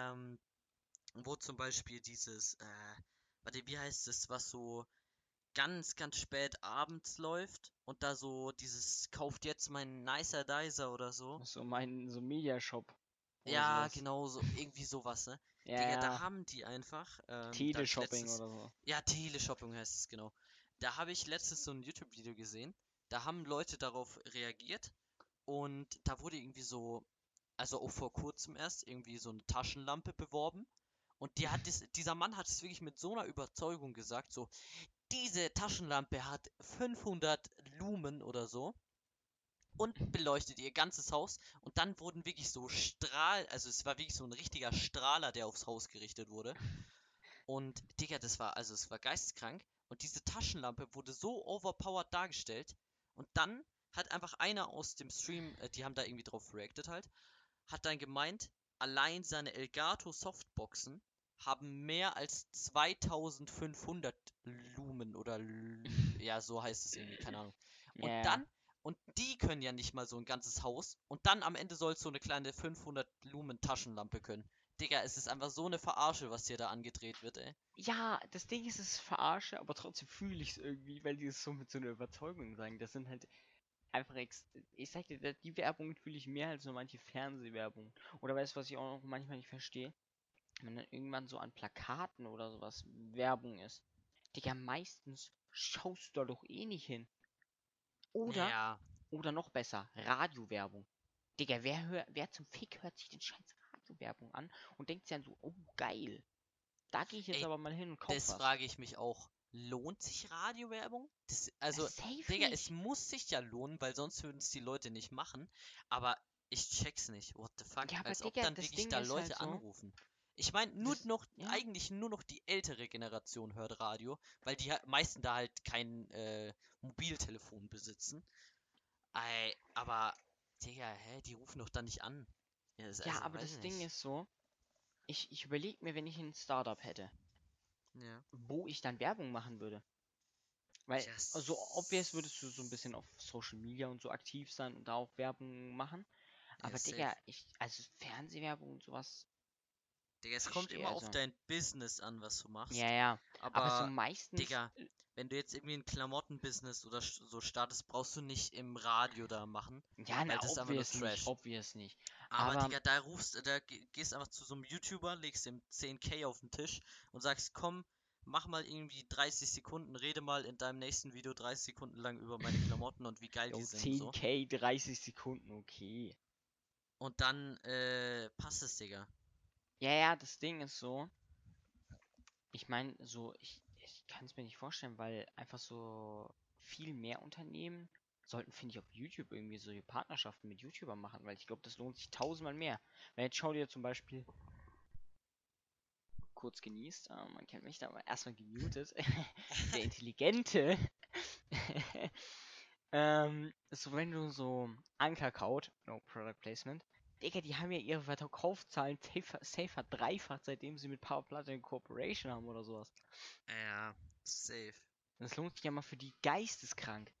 wo zum Beispiel warte, wie heißt es, was so ganz, ganz spät abends läuft und da so dieses kauft jetzt mein Nicer Dicer oder so. So Mediashop oder Ja, sowas. genau, so irgendwie sowas, ne? Ja, Digga, da ja, haben die einfach, da habe ich Teleshopping letztens, oder so. ja, Teleshopping heißt es genau. Da habe ich letztens so ein YouTube-Video gesehen. Da haben Leute darauf reagiert und da wurde irgendwie so, also auch vor kurzem erst, irgendwie so eine Taschenlampe beworben. Und dieser Mann hat es wirklich mit so einer Überzeugung gesagt, so, diese Taschenlampe hat 500 Lumen oder so und beleuchtet ihr ganzes Haus. Und dann wurden wirklich so also es war wirklich so ein richtiger Strahler, der aufs Haus gerichtet wurde. Und Digga, es war geisteskrank. Und diese Taschenlampe wurde so overpowered dargestellt. Und dann hat einfach einer aus dem Stream, die haben da irgendwie drauf reacted halt, hat dann gemeint, allein seine Elgato Softboxen haben mehr als 2500 Lumen oder ja, so heißt es irgendwie, keine Ahnung. Ja, Und ja. dann, und die können ja nicht mal so ein ganzes Haus. Und dann am Ende soll es so eine kleine 500 Lumen Taschenlampe können. Digga, es ist einfach so eine Verarsche, was hier da angedreht wird, ey. Ja, das Ding ist, es ist Verarsche, aber trotzdem fühle ich es irgendwie, weil die es so mit so einer Überzeugung sagen. Das sind halt einfach ich sag dir, die Werbungen fühle ich mehr als so manche Fernsehwerbung. Oder weißt du, was ich auch noch manchmal nicht verstehe? Wenn dann irgendwann so an Plakaten oder sowas Werbung ist. Digga, meistens schaust du da doch eh nicht hin. Oder, Ja, oder noch besser, Radiowerbung. Digga, wer zum Fick hört sich den scheiß Radiowerbung an und denkt sich dann so, oh geil, da gehe ich jetzt ey, aber mal hin und kauf das was. frage ich mich auch. Lohnt sich Radiowerbung? Na, Also, safe Digga, es nicht. muss sich ja lohnen, weil sonst würden es die Leute nicht machen. Aber ich check's nicht. What the fuck? Ja, aber Als ob Digga, dann das wirklich Ding da ist halt Leute so, anrufen. Ich meine, ja, eigentlich nur noch die ältere Generation hört Radio, weil die meisten da halt kein Mobiltelefon besitzen. Aber, Digga, die rufen doch dann nicht an. Ja, ja, also, aber weiß ich das Ding nicht. ist so, ich überlege mir, wenn ich ein Startup hätte, Ja. wo ich dann Werbung machen würde. Weil, Ja, so obvious würdest du so ein bisschen auf Social Media und so aktiv sein und da auch Werbung machen. ja, Aber safe. Digga, also Fernsehwerbung und sowas, Digga, es kommt verstehe, immer auf also. dein Business an, was du Ja, machst. ja. Aber so Aber, meistens, Digga, wenn du jetzt irgendwie ein Klamottenbusiness oder so startest, brauchst du nicht im Radio da machen, ja, weil na, das ist einfach nur Trash. obvious nicht. Aber, Aber, Digga, gehst einfach zu so einem YouTuber, legst ihm 10k auf den Tisch und sagst, komm, mach mal irgendwie 30 Sekunden, rede mal in deinem nächsten Video 30 Sekunden lang über meine Klamotten und wie geil die jo, sind, so. 10k, 30 Sekunden, okay. Und dann, passt es, Digga. Ja, ja, das Ding ist so, ich meine, so, ich kann es mir nicht vorstellen, weil einfach so viel mehr Unternehmen sollten, finde ich, auf YouTube irgendwie solche Partnerschaften mit YouTubern machen, weil ich glaube, das lohnt sich tausendmal mehr. Weil jetzt schau dir zum Beispiel kurz genießt, man kennt mich da, aber erstmal gemutet. Der Intelligente. So wenn du so Ankerkraut, no Product Placement, Digga, die haben ja ihre Verkaufszahlen safe verdreifacht, seitdem sie mit Power Platinum Corporation haben oder sowas. Ja, safe. Das lohnt sich ja mal für die geisteskrank.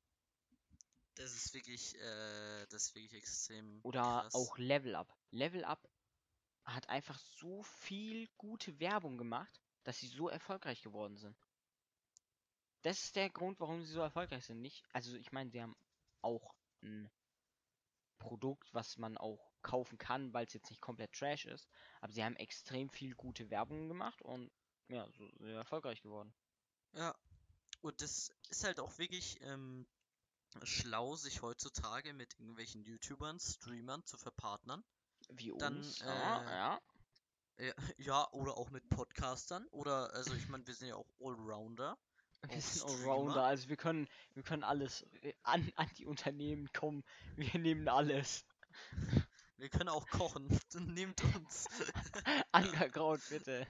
Das ist wirklich extrem Oder krass. auch Level Up. Level Up hat einfach so viel gute Werbung gemacht, dass sie so erfolgreich geworden sind. Das ist der Grund, warum sie so erfolgreich sind. Nicht, also ich meine, sie haben auch ein Produkt, was man auch kaufen kann, weil es jetzt nicht komplett Trash ist. Aber sie haben extrem viel gute Werbung gemacht und ja, so sehr erfolgreich geworden. Ja, und das ist halt auch wirklich schlau, sich heutzutage mit irgendwelchen YouTubern, Streamern zu verpartnern. Wie Dann, uns, ja. ja, ja, oder auch mit Podcastern. Oder, also ich meine, wir sind ja auch Allrounder, Wir auch sind Streamer. Allrounder, also wir können alles an die Unternehmen kommen. Wir nehmen alles. Wir können auch kochen. Nehmt uns. Ankerkraut, bitte.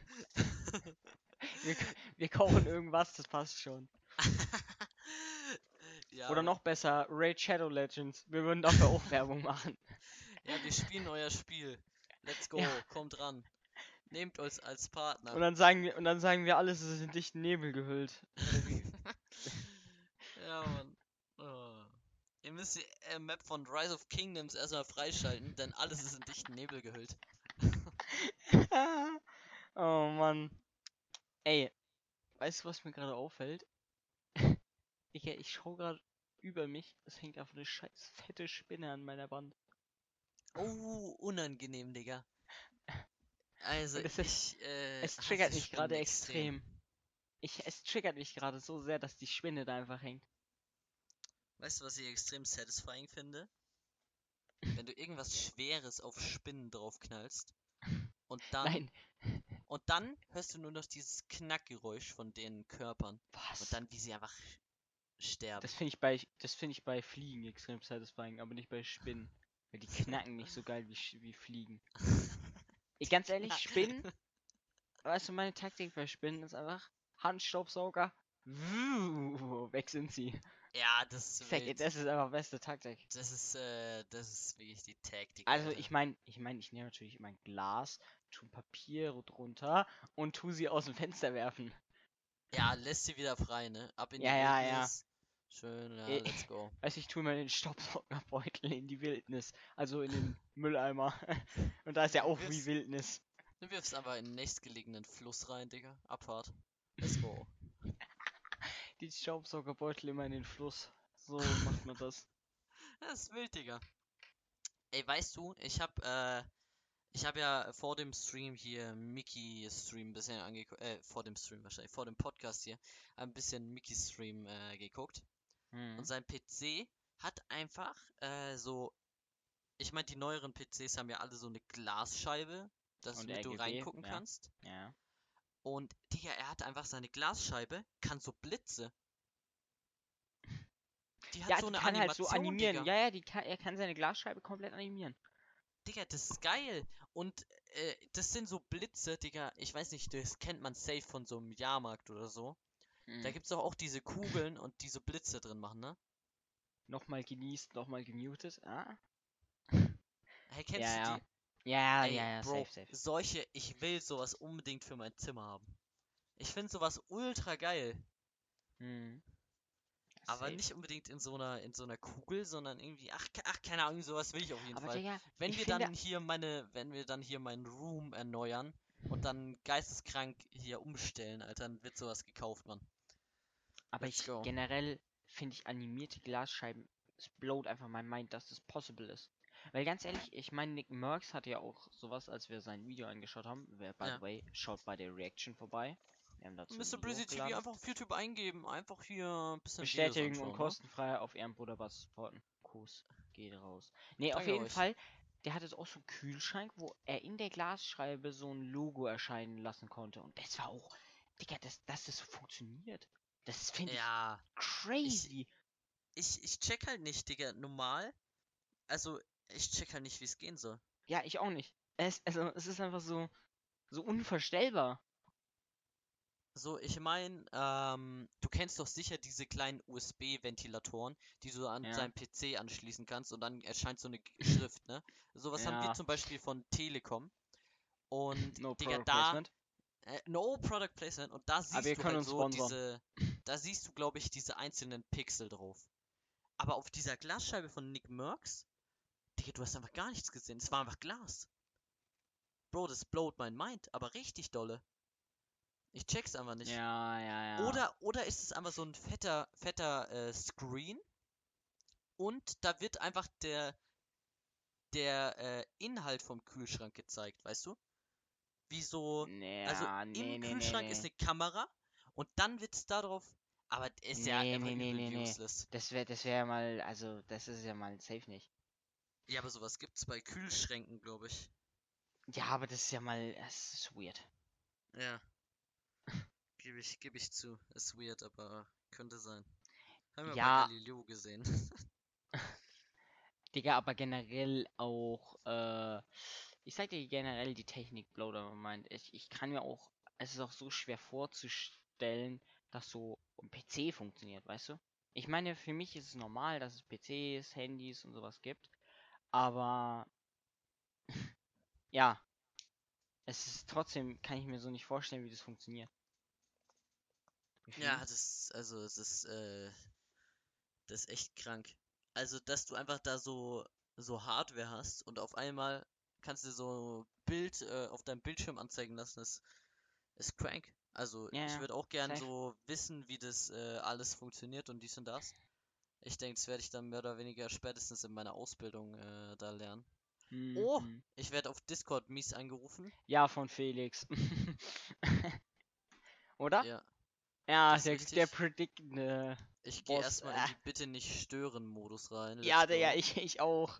Wir kochen irgendwas, das passt schon. Ja, Oder Mann. noch besser, Raid Shadow Legends. Wir würden dafür auch Werbung machen. Ja, wir spielen euer Spiel. Let's Ja. go, kommt ran. Nehmt uns als Partner. Und dann sagen wir, alles ist in dichten Nebel gehüllt. Oder wie? Ja, Mann. Oh. Ihr müsst die Map von Rise of Kingdoms erstmal freischalten, denn alles ist in dichten Nebel gehüllt. Oh Mann. Ey, weißt du, was mir gerade auffällt? Ich schau gerade über mich. Es hängt einfach eine scheiß fette Spinne an meiner Wand. Oh, unangenehm, Digga. Also, Und es triggert hasse mich Spinnen gerade extrem. extrem. Es triggert mich gerade so sehr, dass die Spinne da einfach hängt. Weißt du, was ich extrem satisfying finde? Wenn du irgendwas Schweres auf Spinnen draufknallst und dann, Nein, und dann hörst du nur noch dieses Knackgeräusch von den Körpern. Und was? dann, wie sie einfach sterben. Das finde ich bei Fliegen extrem satisfying, aber nicht bei Spinnen. Weil die knacken nicht so geil wie Fliegen. Die Ganz ehrlich, Spinnen, knacken. weißt du, meine Taktik bei Spinnen ist einfach Handstaubsauger. Weg sind sie. Ja, das ist wild. Das ist einfach beste Taktik. Das ist wirklich die Taktik, Also Alter. ich nehme natürlich mein Glas, tu Papier drunter und tu sie aus dem Fenster werfen. Ja, lässt sie wieder frei, ne? Ab in Ja, die ja, ja. Wildnis. Schön, ja, Eh, let's go. Weiß ich, tue mal den Staubsaugerbeutel in die Wildnis. Also in den Mülleimer. Und da ist ja Du auch wie wirfst, Wildnis. du wirfst einfach in den nächstgelegenen Fluss rein, Digga. Abfahrt. Let's go. Die Staubsaugerbeutel immer in den Fluss. So macht man das. Das ist wild, Digga. Ey, weißt du, ich hab ja vor dem Stream hier Mickey Stream ein bisschen angeguckt, vor dem Stream wahrscheinlich, vor dem Podcast hier, ein bisschen Mickey Stream geguckt. Und Hm. sein PC hat einfach ich meine, die neueren PCs haben ja alle so eine Glasscheibe, Und damit du RGB, reingucken ja. kannst. Ja. Und Digga, er hat einfach seine Glasscheibe, kann so Blitze. Die hat Ja, so die eine kann halt so Animation, animieren. Digga. Ja, ja, er kann seine Glasscheibe komplett animieren. Digga, das ist geil. Und das sind so Blitze, Digga. Ich weiß nicht, das kennt man safe von so einem Jahrmarkt oder so. Da Hm. gibt's doch auch diese Kugeln und diese Blitze drin machen, ne? Nochmal genießt, nochmal gemutet. Ah. Hey, Ja, kennst du ja. die? Ja, ja, Ey, ja, Bro, safe, safe. ich will sowas unbedingt für mein Zimmer haben. Ich finde sowas ultra geil. Hm. Aber Safe. nicht unbedingt in so einer Kugel, sondern irgendwie, keine Ahnung, sowas will ich auf jeden Aber Fall. Digga, Wenn ich wir finde, dann hier wenn wir dann hier meinen Room erneuern und dann geisteskrank hier umstellen, Alter, dann wird sowas gekauft, Mann. aber Let's ich go. generell finde ich animierte Glasscheiben, es blowt einfach mein Mind, dass das possible ist. Weil ganz ehrlich, ich meine, Nick Merckx hatte ja auch sowas, als wir sein Video angeschaut haben. Wer, by the Ja. way, schaut bei der Reaction vorbei. Wir haben dazu ein Mr. Video Brizzy TV hochgeladen. einfach auf YouTube eingeben, einfach hier ein bisschen Videos Bestätigen und anschauen, ne? kostenfrei auf Ehrenbruder was supporten. Kuss geht raus. Ne, auf Danke jeden euch. Fall, der hatte auch so einen Kühlschrank, wo er in der Glasscheibe so ein Logo erscheinen lassen konnte. Und das war auch, Digga, dass das so funktioniert. Das finde ich Ja, ich, crazy. ich check halt nicht, Digga. Normal, also ich check halt nicht, wie es gehen soll. Ja, ich auch nicht. Es ist einfach so unvorstellbar. So, ich meine, du kennst doch sicher diese kleinen USB-Ventilatoren, die du an Ja. deinem PC anschließen kannst und dann erscheint so eine Schrift, ne? Sowas haben wir Ja. zum Beispiel von Telekom. Und, No Digga, Product Placement. no Product Placement, und da Aber ihr siehst du könnt halt uns so sponsern. da siehst du, glaube ich, diese einzelnen Pixel drauf. Aber auf dieser Glasscheibe von Nick Merckx, Digga, du hast einfach gar nichts gesehen. Es war einfach Glas. Bro, das blowt mein Mind, aber richtig dolle. Ich check's einfach nicht. Ja, ja, ja. Oder ist es einfach so ein fetter Screen und da wird einfach der Inhalt vom Kühlschrank gezeigt, weißt du? Wie so, also Ja, im nee, nee, nee, Kühlschrank ist nee. eine Kamera und dann wird es darauf, aber ist ja Nee, einfach nee, nee, übel nee, nee. useless. Das wäre ja mal, also, das ist ja mal safe nicht. Ja, aber sowas gibt's bei Kühlschränken, glaube ich. Ja, aber das ist ja mal, das ist weird. Ja, gebe ich zu. Ist weird, aber könnte sein. Haben wir bei Ja, Galileo gesehen. Digga, aber generell auch, ich sag dir generell, die Technik blowt aber meint. Ich kann mir auch, es ist auch so schwer vorzustellen, dass so ein PC funktioniert, weißt du? Ich meine, für mich ist es normal, dass es PCs, Handys und sowas gibt, aber ja, es ist trotzdem, kann ich mir so nicht vorstellen, wie das funktioniert. Wie Ja, viel? das ist echt krank. Also, dass du einfach da so Hardware hast und auf einmal kannst du so Bild auf deinem Bildschirm anzeigen lassen, ist crank. Also, Ja, ich ja, würde auch gern safe. so wissen, wie das alles funktioniert und dies und das. Ich denke, das werde ich dann mehr oder weniger spätestens in meiner Ausbildung da lernen. Oh, Mhm. ich werde auf Discord mies angerufen. Ja, von Felix. Oder? Ja, Ja, das ist der richtig. predictende Ich gehe Boss. erstmal in die Bitte nicht stören Modus rein. Ja, Let's Digga, go. ich auch.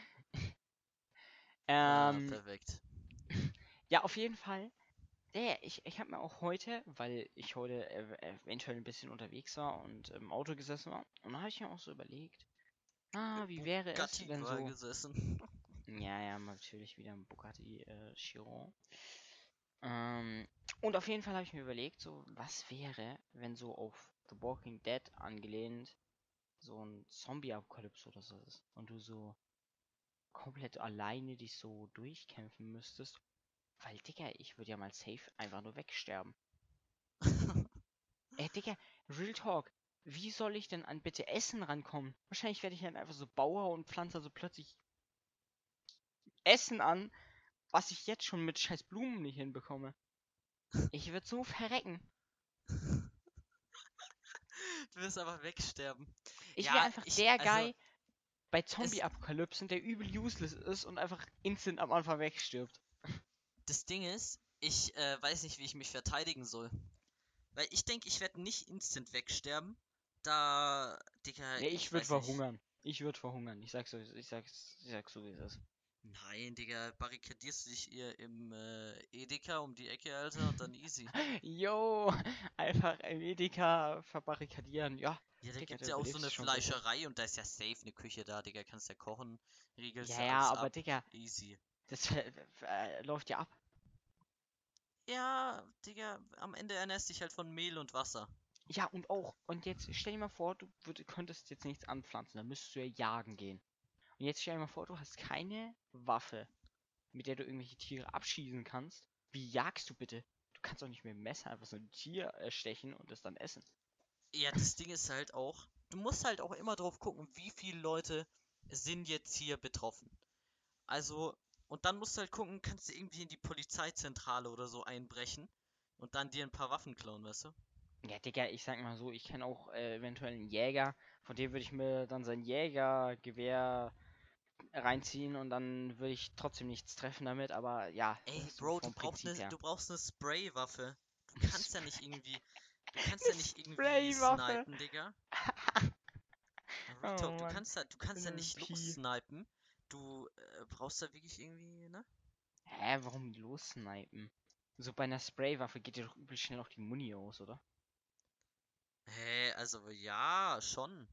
Ähm, Perfekt. ja, auf jeden Fall. Ja, ich habe mir auch heute, weil ich heute eventuell ein bisschen unterwegs war und im Auto gesessen war, und da habe ich mir auch so überlegt, Im wie wäre es, Bugatti wenn war so, gesessen. ja, ja, natürlich wieder ein Bugatti Chiron. Ähm, und auf jeden Fall habe ich mir überlegt, so, was wäre, wenn so auf The Walking Dead angelehnt so ein Zombie-Apokalypse oder so ist und du so komplett alleine dich so durchkämpfen müsstest. Weil, Digga, ich würde ja mal safe einfach nur wegsterben. Ey, Digga, Real Talk. Wie soll ich denn an bitte Essen rankommen? Wahrscheinlich werde ich dann einfach so Bauer und pflanze also plötzlich Essen an, was ich jetzt schon mit scheiß Blumen nicht hinbekomme. Ich würde so verrecken. Du wirst einfach wegsterben. Ich wäre Ja, einfach der also, Guy bei es, Zombie-Apokalypsen, der übel useless ist und einfach instant am Anfang wegstirbt. das Ding ist, ich weiß nicht, wie ich mich verteidigen soll. Weil ich denke, ich werde nicht instant wegsterben. Da, Digga, Nee, ich ich würde weiß nicht. verhungern. Ich würde verhungern. Ich sag's so, wie es ist. Nein, Digga, barrikadierst du dich hier im Edeka um die Ecke, Alter, und dann easy. Jo, einfach ein Edeka verbarrikadieren. Ja, Ja, da Digga, gibt's du ja auch so überlebst eine es schon safe. Fleischerei und da ist ja safe eine Küche da, Digga. Kannst ja kochen, regelst Ja, ja ja, alles aber ab. Digga, Easy. das läuft ja ab. Ja, Digga, am Ende ernährst dich halt von Mehl und Wasser. Ja, und auch, und jetzt stell dir mal vor, könntest jetzt nichts anpflanzen, dann müsstest du ja jagen gehen. Und jetzt stell dir mal vor, du hast keine Waffe, mit der du irgendwelche Tiere abschießen kannst. Wie jagst du bitte? Du kannst doch nicht mit dem Messer einfach so ein Tier erstechen und es dann essen. Ja, das Ding ist halt auch, du musst halt auch immer drauf gucken, wie viele Leute sind jetzt hier betroffen. Also, und dann musst du halt gucken, kannst du irgendwie in die Polizeizentrale oder so einbrechen und dann dir ein paar Waffen klauen, weißt du? Ja, Digga, ich sag mal so, ich kenne auch eventuell einen Jäger, von dem würde ich mir dann sein Jägergewehr reinziehen und dann würde ich trotzdem nichts treffen damit, aber ja, das Ey, ist so Bro, vom Prinzip her. du brauchst eine Spraywaffe. Du kannst ja nicht irgendwie Spraywaffe! snipen, Digga. Real Talk, Oh Mann, du kannst ja eine nicht Pi. lossnipen. Du brauchst da wirklich irgendwie, ne? Hä, warum lossnipen? So bei einer Spraywaffe geht dir doch übel schnell auch die Muni aus, oder? Hä, also ja, schon.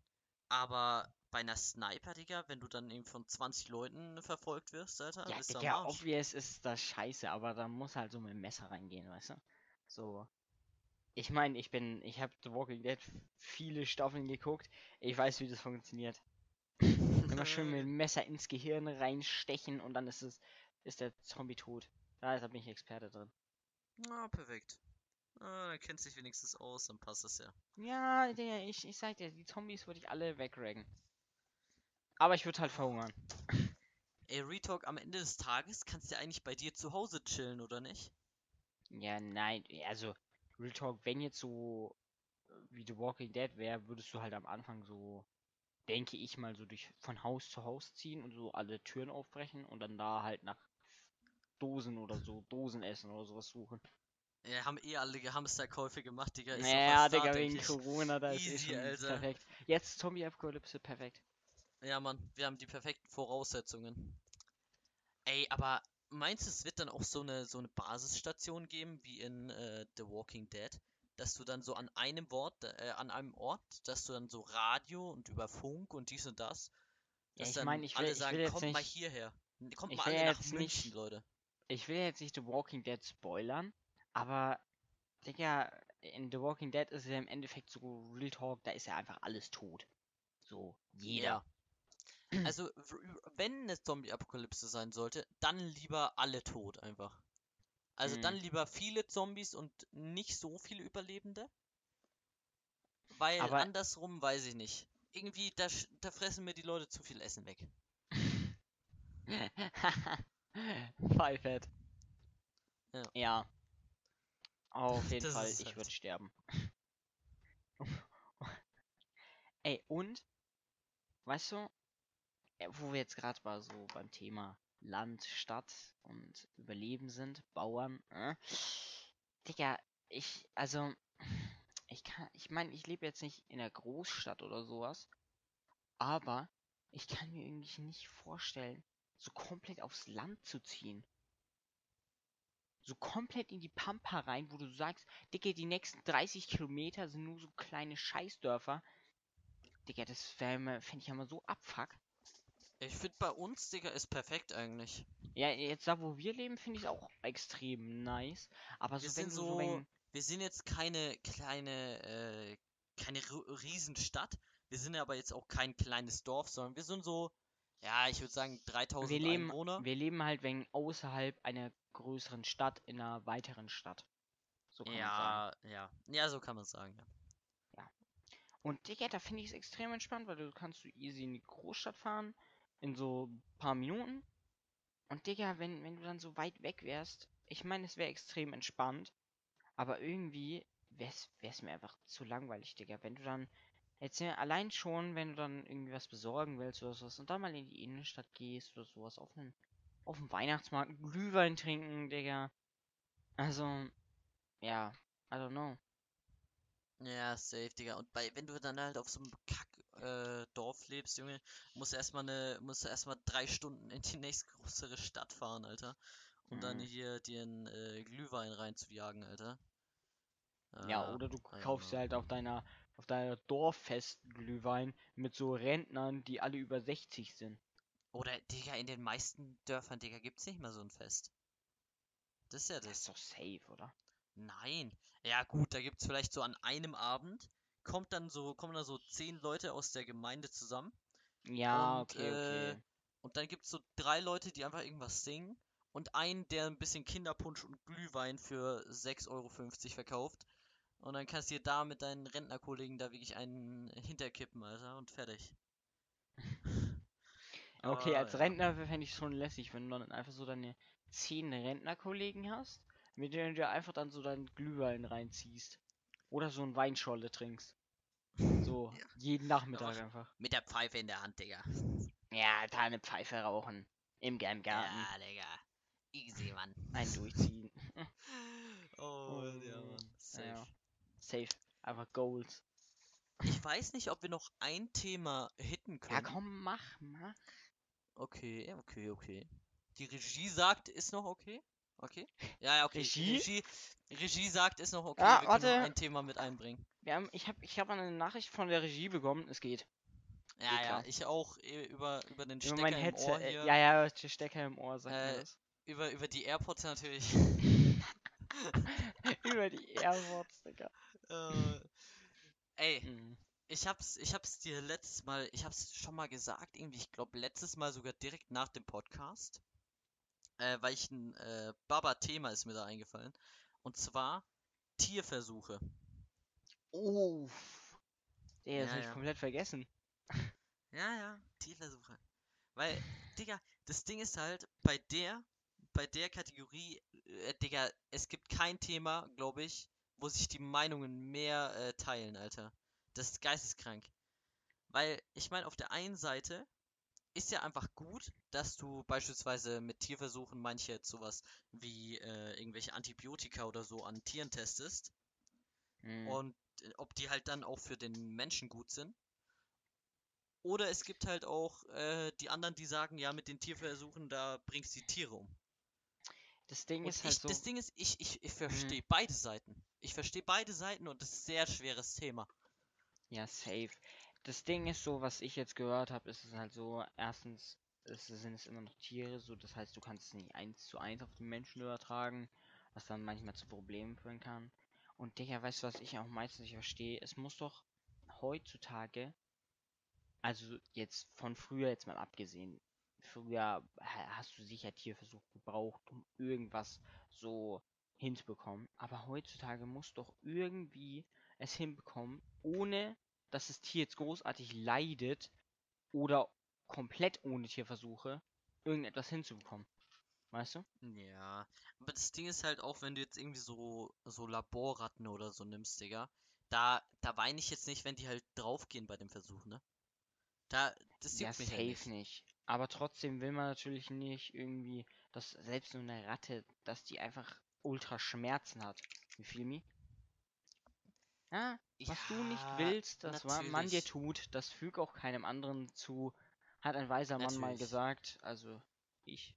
Aber bei einer Sniper, Digga, wenn du dann eben von 20 Leuten verfolgt wirst, Alter, Ja, bist du am Digga, Arsch. obvious ist das scheiße, aber da muss halt so mit dem Messer reingehen, weißt du? So. Ich meine, ich habe The Walking Dead viele Staffeln geguckt. Ich weiß, wie das funktioniert. Immer schön mit dem Messer ins Gehirn reinstechen und dann ist der Zombie tot. Da bin ich Experte drin. Ah, perfekt. Ah, dann kennst du dich wenigstens aus, dann passt das ja. Ja, Digga, ich sag dir, die Zombies würde ich alle wegraggen. Aber ich würde halt verhungern. Ey, Retalk, am Ende des Tages kannst du ja eigentlich bei dir zu Hause chillen, oder nicht? Ja, nein, also Real Talk, wenn jetzt so wie The Walking Dead wäre, würdest du halt am Anfang so, denke ich mal, so von Haus zu Haus ziehen und so alle Türen aufbrechen und dann da halt nach Dosen oder so, Dosen essen oder sowas suchen. Ja, haben eh alle Hamsterkäufe gemacht, Digga. Ist doch Naja, fast da, Digga, denke wegen ich. Corona, da ist eh Easy, schon Alter. perfekt. Jetzt Zombie-Apokalypse, perfekt. Ja, Mann, wir haben die perfekten Voraussetzungen. Ey, aber meinst du, es wird dann auch so eine Basisstation geben, wie in The Walking Dead? Dass du dann so an einem Ort, dass du dann so Radio und über Funk und dies und das, Ja, dass ich meine, dann alle ich will sagen, jetzt kommt mal nicht, hierher. Kommt mal ich will alle ja nach jetzt München, nicht, Leute. ich will jetzt nicht The Walking Dead spoilern, aber Digga, in The Walking Dead ist ja im Endeffekt so Real Talk, da ist ja einfach alles tot. So, jeder. Ja. Also, wenn eine Zombie-Apokalypse sein sollte, dann lieber alle tot einfach. Also dann Mm. lieber viele Zombies und nicht so viele Überlebende. Weil Aber andersrum weiß ich nicht. Irgendwie, da fressen mir die Leute zu viel Essen weg. Pfeifett. Ja, Ja, auf jeden das Fall, ist ich würde halt. sterben. Ey, und, weißt du, wo wir jetzt gerade mal so beim Thema Land, Stadt und Überleben sind, Bauern, Digga, also, ich meine, ich lebe jetzt nicht in der Großstadt oder sowas, aber ich kann mir irgendwie nicht vorstellen, so komplett aufs Land zu ziehen. So komplett in die Pampa rein, wo du sagst, Digga, die nächsten 30 Kilometer sind nur so kleine Scheißdörfer. Digga, das fände ich ja mal so abfuck. Ich finde bei uns, Digga, ist perfekt eigentlich. Ja, jetzt da, wo wir leben, finde ich es auch extrem nice. Aber Wir so, sind wenn du so, so, wenn, wir sind jetzt keine Riesenstadt. Wir sind aber jetzt auch kein kleines Dorf, sondern wir sind so, ja, ich würde sagen 3000 Einwohner. wir leben halt wegen außerhalb einer größeren Stadt in einer weiteren Stadt. So kann man sagen. Ja, ja, ja, so kann man sagen, ja. Ja. Und Digga, da finde ich es extrem entspannt, weil du kannst so easy in die Großstadt fahren, in so ein paar Minuten. Und Digga, wenn du dann so weit weg wärst, ich meine, es wäre extrem entspannt, aber irgendwie wär's mir einfach zu langweilig, Digga. Wenn du dann, jetzt ja, allein schon, wenn du dann irgendwie was besorgen willst oder sowas und dann mal in die Innenstadt gehst oder sowas, auf dem Weihnachtsmarkt einen Glühwein trinken, Digga. Also, ja, I don't know. Ja, safe, Digga. Und wenn du dann halt auf so einem Dorf lebst, Junge, musst du erstmal 3 Stunden in die nächstgrößere Stadt fahren, Alter. Um dann Mhm. hier dir einen Glühwein reinzujagen, Alter. Ja, oder du I don't kaufst dir know. halt auf deiner Dorffest Glühwein mit so Rentnern, die alle über 60 sind. Oder, Digga, in den meisten Dörfern, Digga, gibt's nicht mal so ein Fest. Das ist ja Das ist das. doch safe, oder? Nein. Ja, gut, da gibt's vielleicht so an einem Abend, kommen da so 10 Leute aus der Gemeinde zusammen. Ja, Und, okay, okay. und dann gibt's so 3 Leute, die einfach irgendwas singen. Und einen, der ein bisschen Kinderpunsch und Glühwein für 6,50 € verkauft. Und dann kannst du dir da mit deinen Rentnerkollegen da wirklich einen hinterkippen, Alter, und fertig. Okay, Aber als ja. Rentner fände ich schon lässig, wenn du dann einfach so deine 10 Rentnerkollegen hast, mit denen du einfach dann so deinen Glühwein reinziehst. Oder so ein Weinscholle trinkst. So, Ja. jeden Nachmittag Einfach einfach. mit der Pfeife in der Hand, Digga. Ja, da eine Pfeife rauchen. Im Garten. Ja, Digga. Easy, Mann. Ein Durchziehen. Oh, ja, Oh, Mann. Safe. ja. Safe. Einfach Goals. Ich weiß nicht, ob wir noch ein Thema hitten Ja, können. komm, mach. Okay, okay, okay. Die Regie sagt, ist noch okay? Okay? Ja, ja, okay. Regie? Regie sagt, ist noch okay. Ja, Wir können noch warte. ein Thema mit einbringen. Ich hab eine Nachricht von der Regie bekommen. Es geht. Ja, Eh ja, klar. ich auch über den Über mein Stecker im Headset, Ohr hier, ja, ja, der Stecker im Ohr sagt mir äh, das. über die AirPods natürlich. Über die AirPods, Digga. Äh, ey, Mhm. ich hab's dir letztes Mal, ich hab's schon mal gesagt, irgendwie, ich glaube letztes Mal sogar direkt nach dem Podcast, weil ich ein Baba-Thema ist mir da eingefallen. Und zwar Tierversuche. Oh, Digga, das Ja, habe ich ja. komplett vergessen. Ja, ja, Tierversuche. Weil, Digga, das Ding ist halt, bei der Kategorie, Digga, es gibt kein Thema, glaube ich, wo sich die Meinungen mehr teilen, Alter. Das ist geisteskrank. Weil, ich meine, auf der einen Seite ist ja einfach gut, dass du beispielsweise mit Tierversuchen manche jetzt sowas wie irgendwelche Antibiotika oder so an Tieren testest Mhm. und ob die halt dann auch für den Menschen gut sind. Oder es gibt halt auch die anderen, die sagen, ja, mit den Tierversuchen, da bringst du die Tiere um. Das Ding Und ist halt das so, Ding ist, ich mhm. verstehe beide Seiten. Ich verstehe beide Seiten und das ist ein sehr schweres Thema. Ja, safe. Das Ding ist so, was ich jetzt gehört habe, ist es halt so, erstens sind es immer noch Tiere, so das heißt, du kannst es nicht eins zu eins auf den Menschen übertragen, was dann manchmal zu Problemen führen kann. Und Digga, weißt du, was ich auch meistens nicht verstehe? Es muss doch heutzutage, also jetzt von früher jetzt mal abgesehen, früher hast du sicher Tierversuch gebraucht, um irgendwas so hinzubekommen. Aber heutzutage muss doch irgendwie es hinbekommen, ohne dass das Tier jetzt großartig leidet oder komplett ohne Tierversuche, irgendetwas hinzubekommen. Weißt du? Ja, aber das Ding ist halt auch, wenn du jetzt irgendwie so Laborratten oder so nimmst, Digga, da weine ich jetzt nicht, wenn die halt draufgehen bei dem Versuch, ne? Das Ja, juckt mich halt safe nicht. nicht. Aber trotzdem will man natürlich nicht irgendwie, dass selbst so eine Ratte, dass die einfach ultra Schmerzen hat. You feel me? Ja, was du nicht Ja, willst, dass man dir natürlich, tut, das füg auch keinem anderen zu, hat ein weiser Mann mal natürlich. gesagt. Also, ich.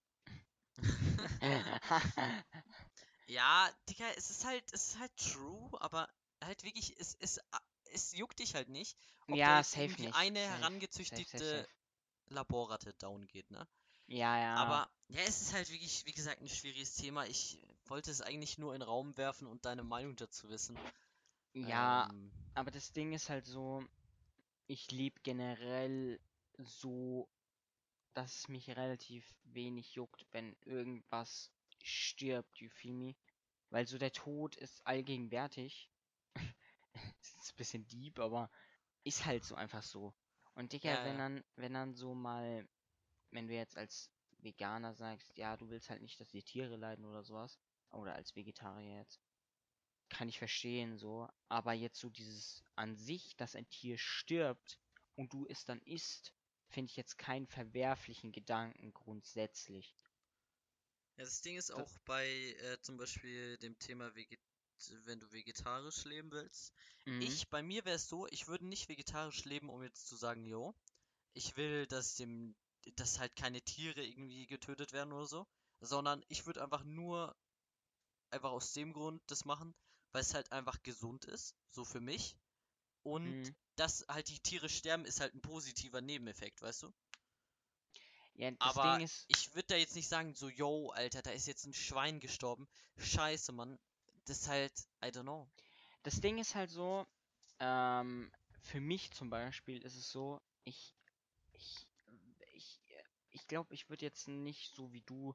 Ja, Digga, es ist halt true, aber halt wirklich, es juckt dich halt nicht, ob da Ja, jetzt safe irgendwie nicht. eine Safe. Safe, safe, herangezüchtete safe. Laborratte down geht, ne? Ja, ja. Aber ja, es ist halt wirklich, wie gesagt, ein schwieriges Thema. Ich wollte es eigentlich nur in den Raum werfen und deine Meinung dazu wissen. Ja, Ähm, aber das Ding ist halt so, ich lebe generell so, dass es mich relativ wenig juckt, wenn irgendwas stirbt, you feel me? Weil so der Tod ist allgegenwärtig. Ist ein bisschen deep, aber ist halt so einfach so. Und Digga, ja, ja. wenn dann so mal, wenn du jetzt als Veganer sagst, ja, du willst halt nicht, dass die Tiere leiden oder sowas, oder als Vegetarier jetzt, kann ich verstehen so, aber jetzt so dieses an sich, dass ein Tier stirbt und du es dann isst, finde ich jetzt keinen verwerflichen Gedanken grundsätzlich. Ja, das Ding ist Das, auch bei zum Beispiel dem Thema wenn du vegetarisch leben willst. mhm, Bei mir wäre es so, ich würde nicht vegetarisch leben, um jetzt zu sagen, jo, ich will, dass halt keine Tiere irgendwie getötet werden oder so, sondern ich würde einfach aus dem Grund das machen, weil es halt einfach gesund ist, so für mich. Und mhm. dass halt die Tiere sterben, ist halt ein positiver Nebeneffekt, weißt du? Ja, das Aber Ding ist, ich würde da jetzt nicht sagen, so, yo, Alter, da ist jetzt ein Schwein gestorben. Scheiße, Mann. Das ist halt, I don't know. das Ding ist halt so, ähm, für mich zum Beispiel ist es so, ich, ich, ich glaube, ich würde jetzt nicht so wie du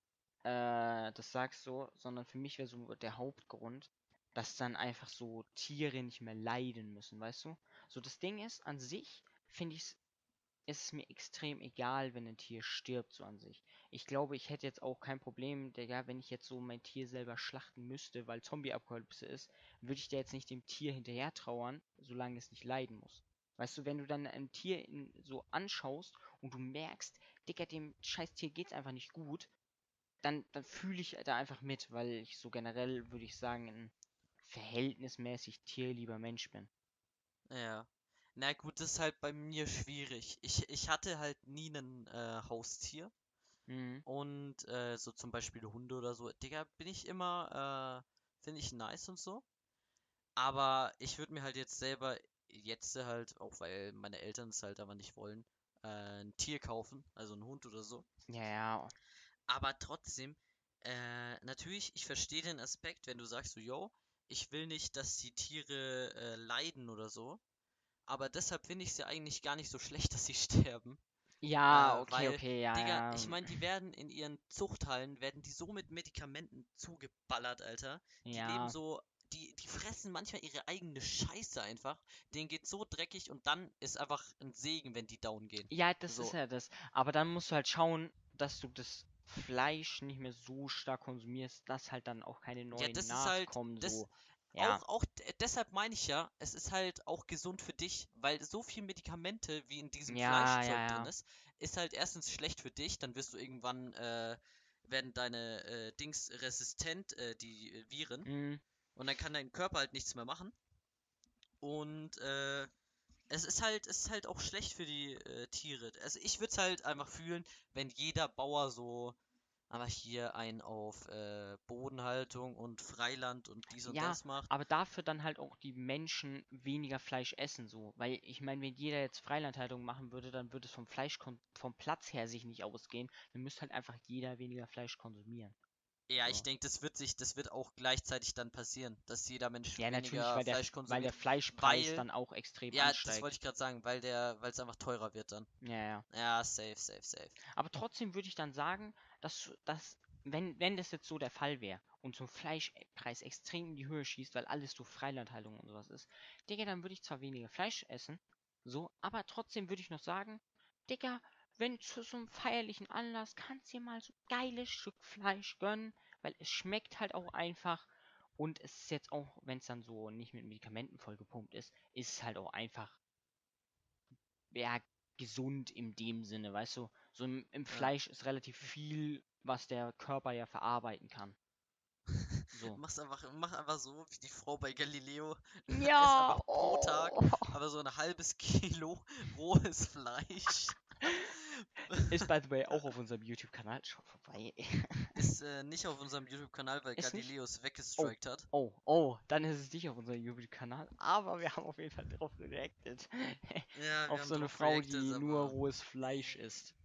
das sagst so, sondern für mich wäre so der Hauptgrund, dass dann einfach so Tiere nicht mehr leiden müssen, weißt du? So das Ding ist, an sich finde ich ist es mir extrem egal, wenn ein Tier stirbt, so an sich. Ich glaube, ich hätte jetzt auch kein Problem, Digga, wenn ich jetzt so mein Tier selber schlachten müsste, weil Zombie-Apokalypse ist, würde ich da jetzt nicht dem Tier hinterher trauern, solange es nicht leiden muss. Weißt du, wenn du dann ein Tier so anschaust und du merkst, Digga, dem scheiß Tier geht's einfach nicht gut, dann fühle ich da einfach mit, weil ich so generell, würde ich sagen, ein verhältnismäßig tierlieber Mensch bin. Ja. Na gut, das ist halt bei mir schwierig. Ich hatte halt nie ein Haustier. Mhm. Und so zum Beispiel Hunde oder so. Digga, finde ich nice und so. Aber ich würde mir halt jetzt selber jetzt halt, auch weil meine Eltern es halt aber nicht wollen, ein Tier kaufen, also einen Hund oder so. Ja, ja. Aber trotzdem, natürlich, ich verstehe den Aspekt, wenn du sagst so, yo, ich will nicht, dass die Tiere leiden oder so. Aber deshalb finde ich es ja eigentlich gar nicht so schlecht, dass sie sterben. Ja, okay, Weil, okay, ja, Digga, ja. ich meine, die werden in ihren Zuchthallen, werden die so mit Medikamenten zugeballert, Alter. Die leben Ja. so, die fressen manchmal ihre eigene Scheiße einfach. Denen geht so dreckig und dann ist einfach ein Segen, wenn die down gehen. Ja, das ist So, ja das. Aber dann musst du halt schauen, dass du das Fleisch nicht mehr so stark konsumierst, dass halt dann auch keine ja, neuen das ist halt, nachkommen, das, so. Ja. deshalb meine ich ja, es ist halt auch gesund für dich, weil so viel Medikamente wie in diesem Ja, ja, Fleischzeug drin ja. ist halt erstens schlecht für dich, dann wirst du irgendwann, werden deine Dings resistent, die Viren, Mm. und dann kann dein Körper halt nichts mehr machen. Und es ist halt auch schlecht für die Tiere. Also ich würde es halt einfach fühlen, wenn jeder Bauer so aber hier ein auf Bodenhaltung und Freiland und dies und Ja, das macht. aber dafür dann halt auch die Menschen weniger Fleisch essen, so. Weil ich meine, wenn jeder jetzt Freilandhaltung machen würde, dann würde es vom Platz her sich nicht ausgehen. Dann müsste halt einfach jeder weniger Fleisch konsumieren. Ja, ich So. denke, das wird auch gleichzeitig dann passieren, dass jeder Mensch Ja, natürlich, weniger Fleisch weil der konsumiert, Fleischpreis weil, dann auch extrem ja, das wollte ansteigt. ich gerade sagen, weil es einfach teurer wird dann. Ja, ja. Ja, safe, safe, safe. Aber trotzdem würde ich dann sagen, dass wenn das jetzt so der Fall wäre und so ein Fleischpreis extrem in die Höhe schießt, weil alles durch Freilandhaltung und sowas ist, Digga, dann würde ich zwar weniger Fleisch essen, so, aber trotzdem würde ich noch sagen, Digga, wenn zu so einem feierlichen Anlass kannst du dir mal so ein geiles Stück Fleisch gönnen, weil es schmeckt halt auch einfach und es ist jetzt auch, wenn es dann so nicht mit Medikamenten vollgepumpt ist es halt auch einfach ja, gesund in dem Sinne, weißt du? So im Ja. Fleisch ist relativ viel, was der Körper ja verarbeiten kann. So. Mach einfach so wie die Frau bei Galileo. Ess Ja, einfach pro Tag, oh. aber so ein halbes Kilo rohes Fleisch. Ist by the way auch auf unserem YouTube-Kanal. Schaut vorbei. Ist nicht auf unserem YouTube-Kanal, weil Ist nicht? Galileo es Oh, weggestrikt hat. oh, dann ist es nicht auf unserem YouTube-Kanal, aber wir haben auf jeden Fall drauf reacted. Ja, wir Auf haben so eine drauf Frau, reacted, die nur aber rohes Fleisch isst.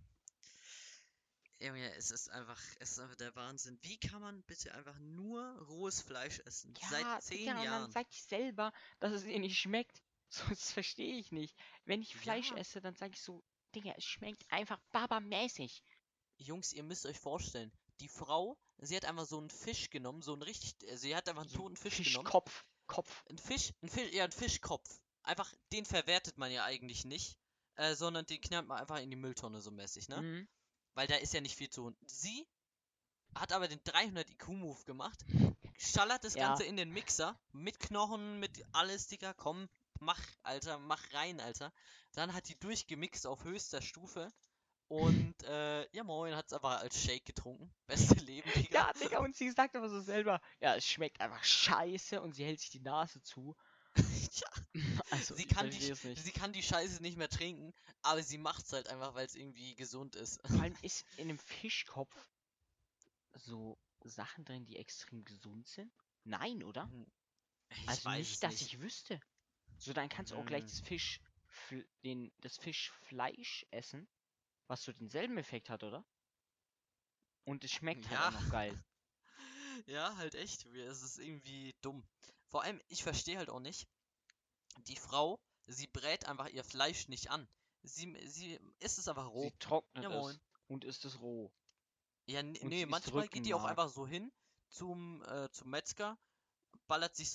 Junge, es ist einfach der Wahnsinn. Wie kann man bitte einfach nur rohes Fleisch essen? Seit Ja, 10 Digga, und dann Jahren. sag ich selber, dass es ihr nicht schmeckt. So, das verstehe ich nicht. Wenn ich Fleisch Ja, esse, dann sage ich so, Digga, es schmeckt einfach babamäßig. Jungs, ihr müsst euch vorstellen, die Frau, sie hat einfach so einen Fisch genommen, so einen richtig, sie hat einfach einen So ein toten Fisch genommen. Kopf. Ja, ein Fischkopf. Einfach, den verwertet man ja eigentlich nicht, sondern den knallt man einfach in die Mülltonne so mäßig, ne? Mhm. Weil da ist ja nicht viel zu holen. Sie hat aber den 300 IQ-Move gemacht, schallert das Ja, Ganze in den Mixer, mit Knochen, mit alles, Digga, komm, mach, Alter, mach rein, Alter. Dann hat die durchgemixt auf höchster Stufe und, ja moin, hat's aber als Shake getrunken. Beste Leben, Digga. ja, Digga, und sie sagt aber so selber, ja, es schmeckt einfach scheiße und sie hält sich die Nase zu. Ja, Also, sie ich kann verstehe es nicht. sie kann die Scheiße nicht mehr trinken, aber sie macht's halt einfach, weil es irgendwie gesund ist. Vor allem ist in einem Fischkopf so Sachen drin, die extrem gesund sind? Nein, oder? Hm, ich Also weiß nicht, es dass nicht. ich wüsste. So, dann kannst du auch gleich Hm, das Fischfleisch essen, was so denselben Effekt hat, oder? Und es schmeckt halt auch ja, noch geil. ja, halt echt. Es ist irgendwie dumm. Vor allem, ich verstehe halt auch nicht. Die Frau, sie brät einfach ihr Fleisch nicht an. Sie isst es einfach Sie roh. trocknet Ja, moin. es und isst es roh. Ja, Und nee, sie isst manchmal geht die auch Rückenmark. einfach so hin zum Metzger, ballert sich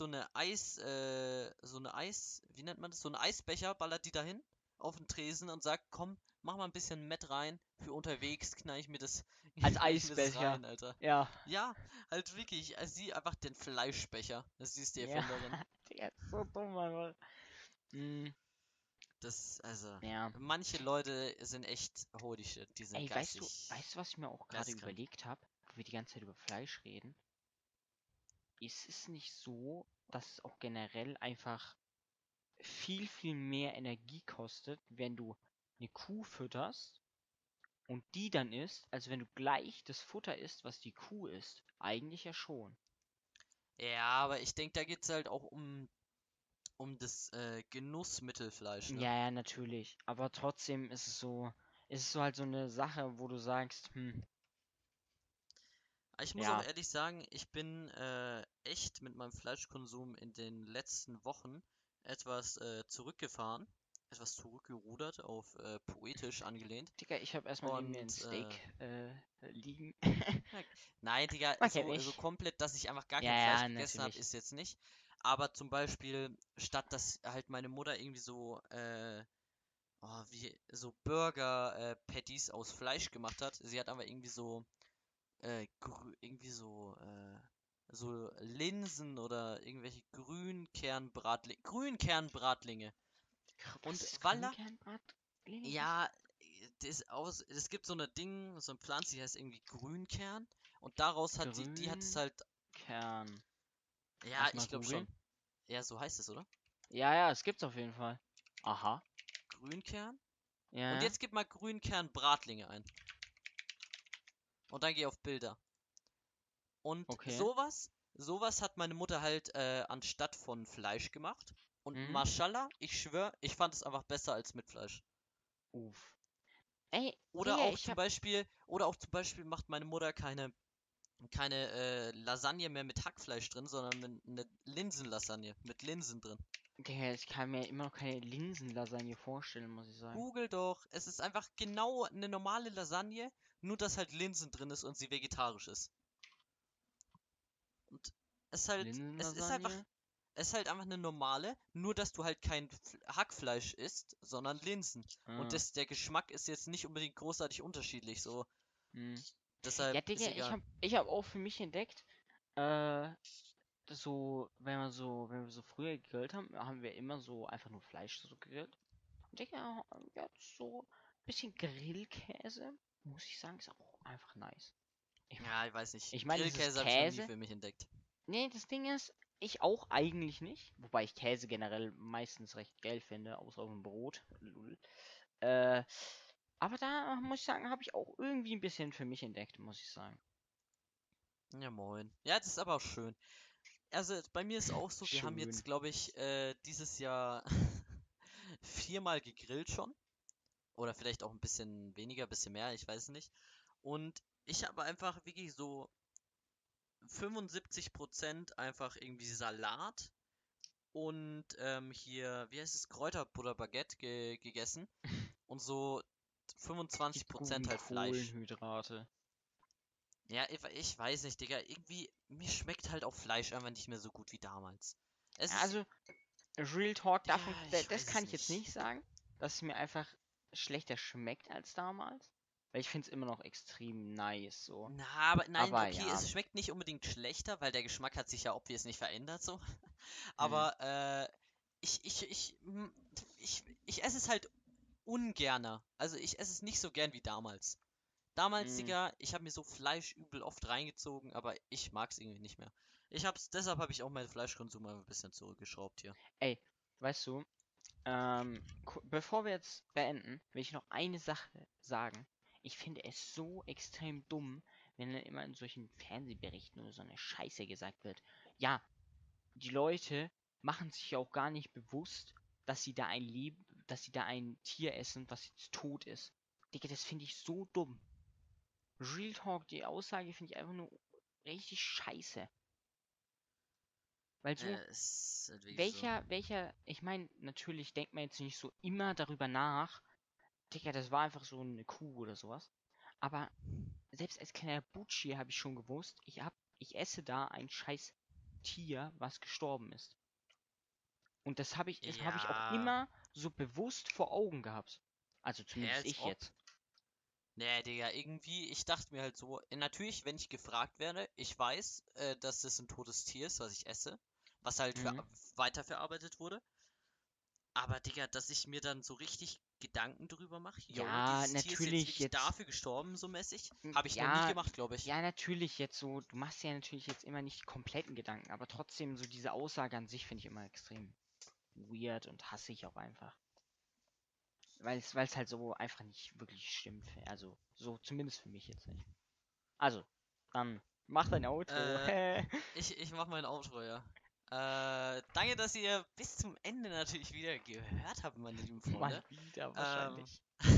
so eine wie nennt man das? So eine Eisbecher, ballert die dahin auf den Tresen und sagt, komm, mach mal ein bisschen Mett rein. Für unterwegs knall ich mir das, Als knall ich mir das Eisbecher. rein, Alter. Ja. Ja, halt wirklich, sie einfach den Fleischbecher. Sie ist die Ja. Erfinderin. Der ist so dumm, einfach. Mm, Also, ja. manche Leute sind echt, holy shit, die sind Ey, weißt du, was ich mir auch gerade geisteskrank. überlegt habe, wo wir die ganze Zeit über Fleisch reden? Ist es nicht so, dass es auch generell einfach viel mehr Energie kostet, wenn du eine Kuh fütterst und die dann isst, als wenn du gleich das Futter isst, was die Kuh isst? Eigentlich ja schon. Ja, aber ich denke, da geht's halt auch um um das Genussmittelfleisch, ne? Ja, ja, natürlich. Aber trotzdem ist es so halt so eine Sache, wo du sagst, Ich muss auch ja, ehrlich sagen, ich bin echt mit meinem Fleischkonsum in den letzten Wochen etwas zurückgefahren, etwas zurückgerudert, auf poetisch angelehnt. Digga, ich habe erstmal neben mir ein Und Steak liegen. na, nein, Digga, Man kennt so mich. komplett, dass ich einfach gar Ja, kein Fleisch ja, gegessen habe, natürlich. ist jetzt nicht. Aber zum Beispiel, statt dass halt meine Mutter irgendwie so, wie, so Burger-Patties aus Fleisch gemacht hat, sie hat aber irgendwie so irgendwie so Linsen oder irgendwelche Grünkernbratlinge. Was Und ist Walla, Grünkernbratlinge? Was? ja, es gibt so eine Ding, so eine Pflanze, die heißt irgendwie Grünkern. Und daraus hat die hat es Grünkern. halt, ja, Erstmal ich glaube schon. googeln. Ja, so heißt es, oder? Ja, ja, es gibt's auf jeden Fall. Aha. Grünkern. Ja, Und ja. jetzt gib mal Grünkernbratlinge ein. Und dann geh auf Bilder. Und Okay. sowas hat meine Mutter halt anstatt von Fleisch gemacht. Und Mhm. Mashallah, ich schwör, ich fand es einfach besser als mit Fleisch. Uff. Ey, Oder Digga, auch zum Beispiel, macht meine Mutter keine Lasagne mehr mit Hackfleisch drin, sondern mit eine Linsenlasagne mit Linsen drin. Digga, ich kann mir immer noch keine Linsenlasagne vorstellen, muss ich sagen. Google doch, es ist einfach genau eine normale Lasagne, nur dass halt Linsen drin ist und sie vegetarisch ist. Und es ist einfach Linsenlasagne? Es ist halt einfach eine normale, nur dass du halt kein Hackfleisch isst, sondern Linsen. Und Ah, der Geschmack ist jetzt nicht unbedingt großartig unterschiedlich, so. hm. Deshalb Ja, Digga, ist egal. ich hab auch für mich entdeckt, äh, so, wenn wir so früher gegrillt haben, haben wir immer so einfach nur Fleisch so gegrillt. Und Digga, jetzt so ein bisschen Grillkäse, muss ich sagen, ist auch einfach nice. Ich, Ja, ich weiß nicht. ich meine, es ist Grillkäse habe ich noch nie Käse. für mich entdeckt. Nee, das Ding ist, ich auch eigentlich nicht. Wobei ich Käse generell meistens recht geil finde, außer auf dem Brot. Lul. Äh, aber da muss ich sagen, habe ich auch irgendwie ein bisschen für mich entdeckt, muss ich sagen. Ja, moin. Ja, das ist aber auch schön. Also bei mir ist auch so, wir haben Schön. jetzt, glaube ich, dieses Jahr viermal gegrillt schon. Oder vielleicht auch ein bisschen weniger, ein bisschen mehr, ich weiß es nicht. Und ich habe einfach wirklich so 75% einfach irgendwie Salat und hier, wie heißt es, Kräuterbutter Baguette gegessen und so Die 25% guten halt Fleisch. Kohlenhydrate. Ja, ich weiß nicht, Digga, irgendwie, mir schmeckt halt auch Fleisch einfach nicht mehr so gut wie damals. Es ist, Also, Real Talk, Digga, ich das weiß kann es ich jetzt nicht. nicht sagen, dass es mir einfach schlechter schmeckt als damals. Weil ich finde es immer noch extrem nice, so. Na, aber nein, Aber okay, ja. es schmeckt nicht unbedingt schlechter, weil der Geschmack hat sich ja obvious nicht verändert, so. Hm, Aber, ich esse es halt ungerner. Also ich esse es nicht so gern wie damals. Damals, hm. Digga, ich habe mir so Fleisch übel oft reingezogen, aber ich mag's irgendwie nicht mehr. Deshalb habe ich auch meinen Fleischkonsum ein bisschen zurückgeschraubt hier. Ey, weißt du, bevor wir jetzt beenden, will ich noch eine Sache sagen. Ich finde es so extrem dumm, wenn dann immer in solchen Fernsehberichten oder so eine Scheiße gesagt wird. Ja, die Leute machen sich ja auch gar nicht bewusst, dass sie da ein Tier essen, was jetzt tot ist. Digga, das finde ich so dumm. Real Talk, die Aussage finde ich einfach nur richtig scheiße. Weil so, Es ist halt wirklich so. ich meine, natürlich denkt man jetzt nicht so immer darüber nach, Digga, das war einfach so eine Kuh oder sowas. Aber selbst als kleiner Butschi habe ich schon gewusst, ich esse da ein scheiß Tier, was gestorben ist. Und das habe ich auch Ja, immer so bewusst vor Augen gehabt. Also hä, zumindest als ich ob. jetzt. Nee, Digga, irgendwie, ich dachte mir halt so, natürlich, wenn ich gefragt werde, ich weiß, dass das ein totes Tier ist, was ich esse, was halt Mhm. weiterverarbeitet wurde. Aber Digga, dass ich mir dann so richtig Gedanken drüber mache, yo, Ja, dieses Tier ist jetzt natürlich wirklich jetzt. dafür gestorben, so mäßig, habe ich noch nie Ja, gemacht, glaube ich. ja, natürlich jetzt so. Du machst ja natürlich jetzt immer nicht die kompletten Gedanken, aber trotzdem so diese Aussage an sich finde ich immer extrem weird und hasse ich auch einfach. Weil es halt so einfach nicht wirklich stimmt. Also, so zumindest für mich jetzt nicht. Also, dann mach dein Outro. Äh, ich mach mein Outro, ja. Danke, dass ihr bis zum Ende natürlich wieder gehört habt, meine lieben Mal Freunde. wieder Ähm, wahrscheinlich.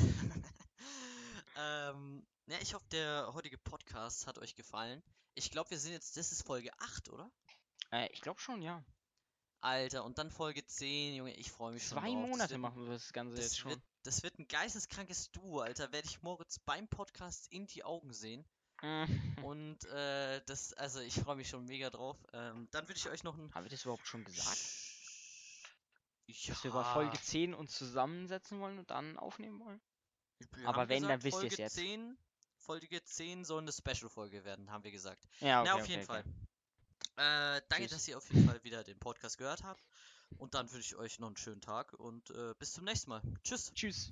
ja, ich hoffe, der heutige Podcast hat euch gefallen. Ich glaube, das ist Folge 8, oder? Ich glaube schon, ja. Alter, und dann Folge 10, Junge, ich freue mich schon 2 drauf. Monate machen wir das Ganze jetzt schon. Das wird ein geisteskrankes Duo, Alter. Werde ich Moritz beim Podcast in die Augen sehen. Und also ich freue mich schon mega drauf. Dann würde ich euch noch ein. Haben wir das überhaupt schon gesagt? Dass wir bei Ja, Folge 10 uns zusammensetzen wollen und dann aufnehmen wollen? wir Aber haben wenn, dann gesagt, wisst ihr es jetzt. Folge 10 soll eine Special-Folge werden, haben wir gesagt. Ja, Na, okay, auf jeden okay, Fall. okay. Danke, Tschüss. dass ihr auf jeden Fall wieder den Podcast gehört habt. Und dann wünsche ich euch noch einen schönen Tag und bis zum nächsten Mal. Tschüss. Tschüss.